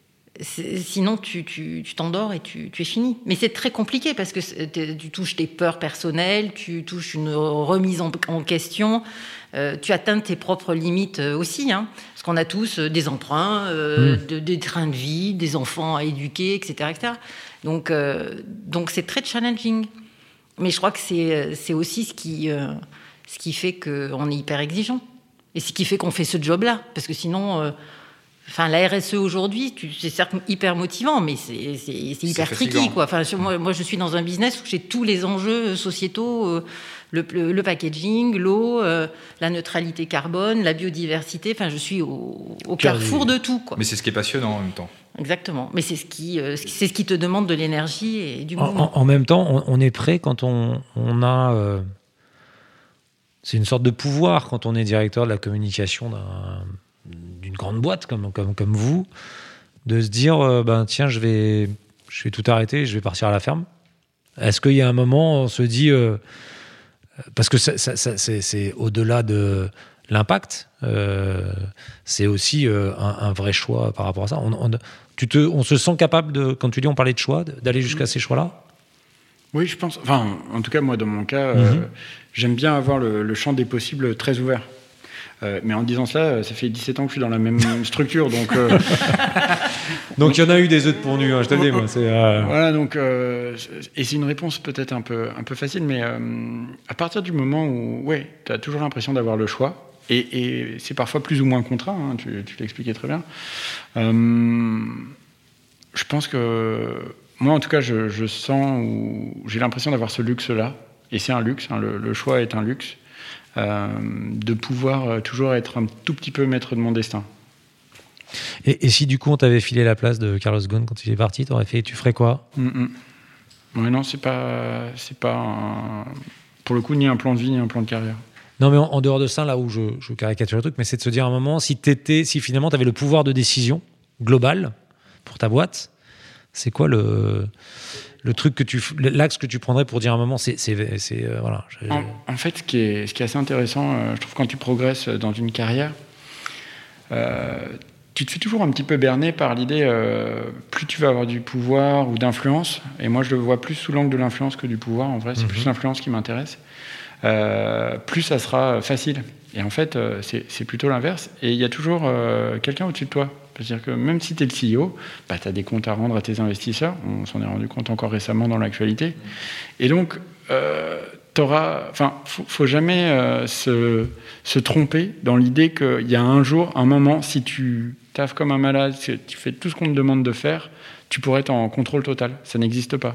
C'est- Sinon, tu, tu, tu t'endors et tu, tu es fini. Mais c'est très compliqué, parce que c'est- t'es- tu touches tes peurs personnelles, tu touches une remise en, en question, euh, tu atteins tes propres limites euh, aussi. Hein, parce qu'on a tous euh, des emprunts, euh,
Mmh.
de- des trains de vie, des enfants à éduquer, et cetera et cetera. Donc, euh, donc c'est très challenging. Mais je crois que c'est, c'est aussi ce qui, euh, ce qui fait qu'on est hyper exigeant. Et ce qui fait qu'on fait ce job-là. Parce que sinon, euh, enfin, la R S E aujourd'hui, tu- c'est certes hyper motivant, mais c'est, c'est, c'est hyper
fatigant.
tricky, quoi. Enfin, sur- moi, moi, je suis dans un business où j'ai tous les enjeux sociétaux, euh, le, le- le packaging, l'eau, euh, la neutralité carbone, la biodiversité. Enfin, je suis au, au
Cœur
carrefour
du-
de tout, quoi.
Mais c'est ce qui est passionnant en même temps.
Exactement. Mais c'est ce qui, euh, c'est ce qui te demande de l'énergie et du
En,
mouvement.
en- en même temps, on, on est prêt quand on, on a. euh, c'est une sorte de pouvoir quand on est directeur de la communication d'un- d'une grande boîte comme, comme, comme vous, de se dire euh, ben, tiens, je vais, je vais tout arrêter, je vais partir à la ferme. Est-ce qu'il y a un moment, on se dit. euh, parce que ça, ça- ça- c'est, c'est au-delà de l'impact, euh, c'est aussi euh, un, un vrai choix par rapport à ça. On, on- tu te, on se sent capable, de, quand tu dis on parlait de choix, d'aller jusqu'à ces choix-là?
Oui, je pense. Enfin, en tout cas, moi, dans mon cas, euh,
Mhm.
j'aime bien avoir le, le champ des possibles très ouvert. Euh, mais en disant cela, ça fait dix-sept ans que je suis dans la même structure, donc euh,
Donc il y en a eu des œufs de pournu, hein, je te le dis, moi. C'est, euh,
voilà. Donc, euh, et c'est une réponse peut-être un peu, un peu facile, mais euh, à partir du moment où, ouais, tu as toujours l'impression d'avoir le choix, et, et c'est parfois plus ou moins contraint. Hein, tu, tu l'expliquais très bien. Euh, je pense que moi, en tout cas, je, je sens ou j'ai l'impression d'avoir ce luxe-là, et c'est un luxe. Hein, le, le choix est un luxe. Euh, de pouvoir euh, toujours être un tout petit peu maître de mon destin.
Et, et si du coup on t'avait filé la place de Carlos Ghosn quand il est parti, t'aurais fait, tu ferais quoi?
Mm-mm. Ouais, non, c'est pas, c'est pas un, pour le coup ni un plan de vie ni un plan de carrière.
Non, mais en, en dehors de ça, là où je, je caricature le truc, mais c'est de se dire à un moment, si t'étais, si finalement t'avais le pouvoir de décision global pour ta boîte, c'est quoi le, le truc que tu, l'axe que tu prendrais pour dire à un moment, c'est, c'est, c'est euh, voilà. Je,
en, en fait, ce qui est, ce qui est assez intéressant, euh, je trouve, quand tu progresses dans une carrière, euh, tu te fais toujours un petit peu berner par l'idée, euh, plus tu vas avoir du pouvoir ou d'influence, et moi je le vois plus sous l'angle de l'influence que du pouvoir, en vrai, c'est mm-hmm. plus l'influence qui m'intéresse. Euh, plus ça sera facile. Et en fait, euh, c'est, c'est plutôt l'inverse. Et il y a toujours euh, quelqu'un au-dessus de toi. C'est-à-dire que même si tu es le C E O, bah, tu as des comptes à rendre à tes investisseurs. On s'en est rendu compte encore récemment dans l'actualité. Et donc, euh, t'auras, enfin, faut, faut jamais euh, se, se tromper dans l'idée qu'il y a un jour, un moment, si tu taffes comme un malade, si tu fais tout ce qu'on te demande de faire, tu pourrais être en contrôle total. Ça n'existe pas.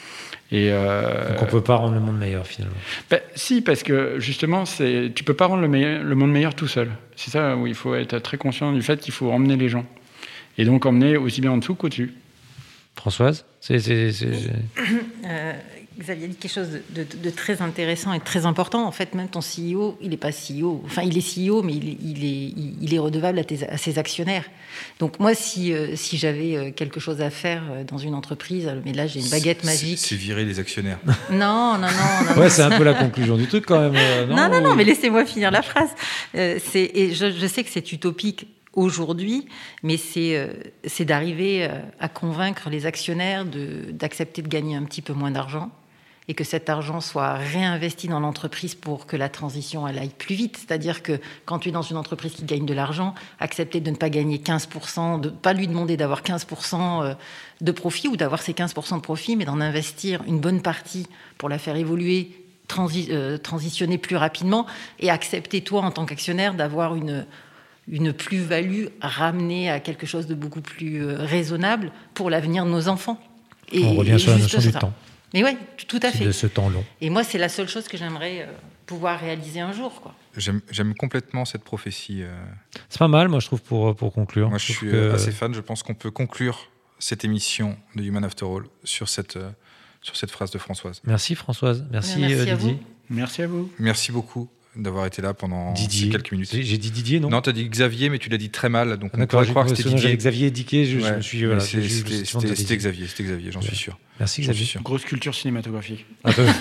Et euh,
Donc on ne peut pas rendre le monde meilleur finalement.
Ben, si, parce que justement, c'est, tu ne peux pas rendre le, meilleur, le monde meilleur tout seul. C'est ça où il faut être très conscient du fait qu'il faut emmener les gens. Et donc emmener aussi bien en dessous qu'au-dessus.
Françoise, c'est, c'est, c'est...
Euh, Xavier dit quelque chose de, de, de très intéressant et de très important. En fait, même ton C E O, il n'est pas C E O. Enfin, il est C E O, mais il, il, est, il est redevable à, tes, à ses actionnaires. Donc moi, si, euh, si j'avais quelque chose à faire dans une entreprise, mais là, j'ai une baguette magique.
C'est, c'est virer les actionnaires.
Non, non, non. non
ouais,
non.
C'est un peu la conclusion du truc quand même. Euh, non,
non, non, non, mais laissez-moi finir la phrase. Euh, c'est, et je, je sais que c'est utopique aujourd'hui, mais c'est, euh, c'est d'arriver à convaincre les actionnaires de, d'accepter de gagner un petit peu moins d'argent et que cet argent soit réinvesti dans l'entreprise pour que la transition elle aille plus vite. C'est-à-dire que quand tu es dans une entreprise qui gagne de l'argent, accepter de ne pas gagner quinze pour cent, de ne pas lui demander d'avoir quinze pour cent de profit ou d'avoir ces quinze pour cent de profit, mais d'en investir une bonne partie pour la faire évoluer, transi- euh, transitionner plus rapidement et accepter toi en tant qu'actionnaire d'avoir une... une plus-value ramenée à quelque chose de beaucoup plus euh, raisonnable pour l'avenir de nos enfants. Et,
On revient sur la notion du
ça.
temps.
Mais oui, tout à fait.
De ce temps long.
Et moi, c'est la seule chose que j'aimerais euh, pouvoir réaliser un jour, quoi.
J'aime, j'aime complètement cette prophétie. Euh...
C'est pas mal, moi, je trouve, pour, pour conclure.
Moi, je, je suis que... assez fan. Je pense qu'on peut conclure cette émission de Human After All sur cette, euh, sur cette phrase de Françoise.
Merci, Françoise. Merci,
merci
euh,
à
Didier.
vous.
Merci à vous.
Merci beaucoup d'avoir été là pendant
Didier.
quelques minutes.
J'ai dit Didier, non?
Non, tu as dit Xavier, mais tu l'as dit très mal. Donc on
D'accord,
pourrait croire que c'était Didier.
Xavier et Didier, je, ouais, je me suis... Voilà,
c'est,
je,
c'était,
je, je,
c'était, c'était Xavier, c'était Xavier, j'en ouais. suis sûr.
Merci Xavier.
Sûr.
Grosse culture cinématographique.
Ah, bah...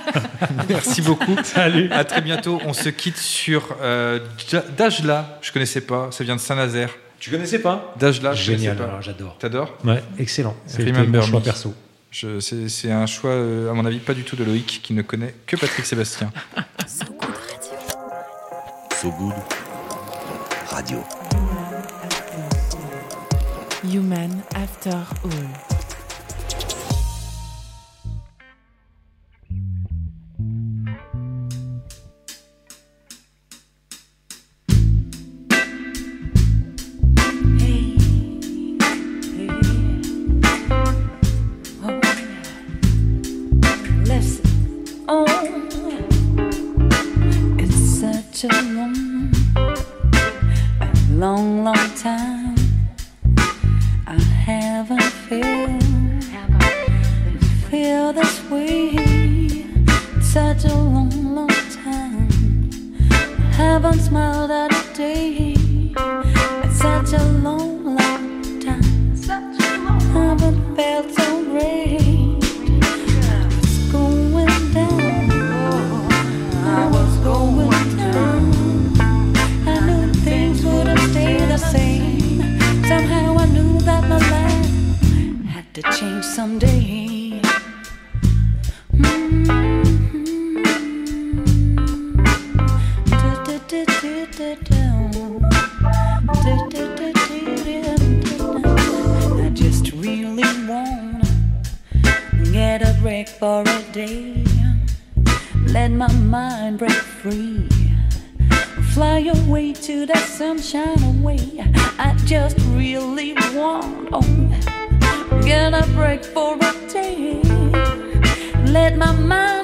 Merci beaucoup.
Salut.
À très bientôt. On se quitte sur euh, Dajla. Je connaissais pas. Ça vient de Saint-Nazaire.
Tu connaissais pas?
Dajla.
Génial.
Pas.
Alors, j'adore.
T'adores?
Ouais, excellent. C'est
mon
choix perso.
Je, c'est, c'est un choix, euh, à mon avis, pas du tout de Loïc, qui ne connaît que Patrick Sébastien.
So Good Radio.
Human After All.
Long, long time I haven't felt feel this way. It's such a long, long time I haven't smiled at a day. It's such a long, long time I haven't felt so great. I was going down, I was going down. Same. Somehow I knew that my life had to change someday. Mm-hmm. I just really wanna get a break for a day. Let my mind break free. Fly away to the sunshine away. I just really want oh, get a break for a day. Let my mind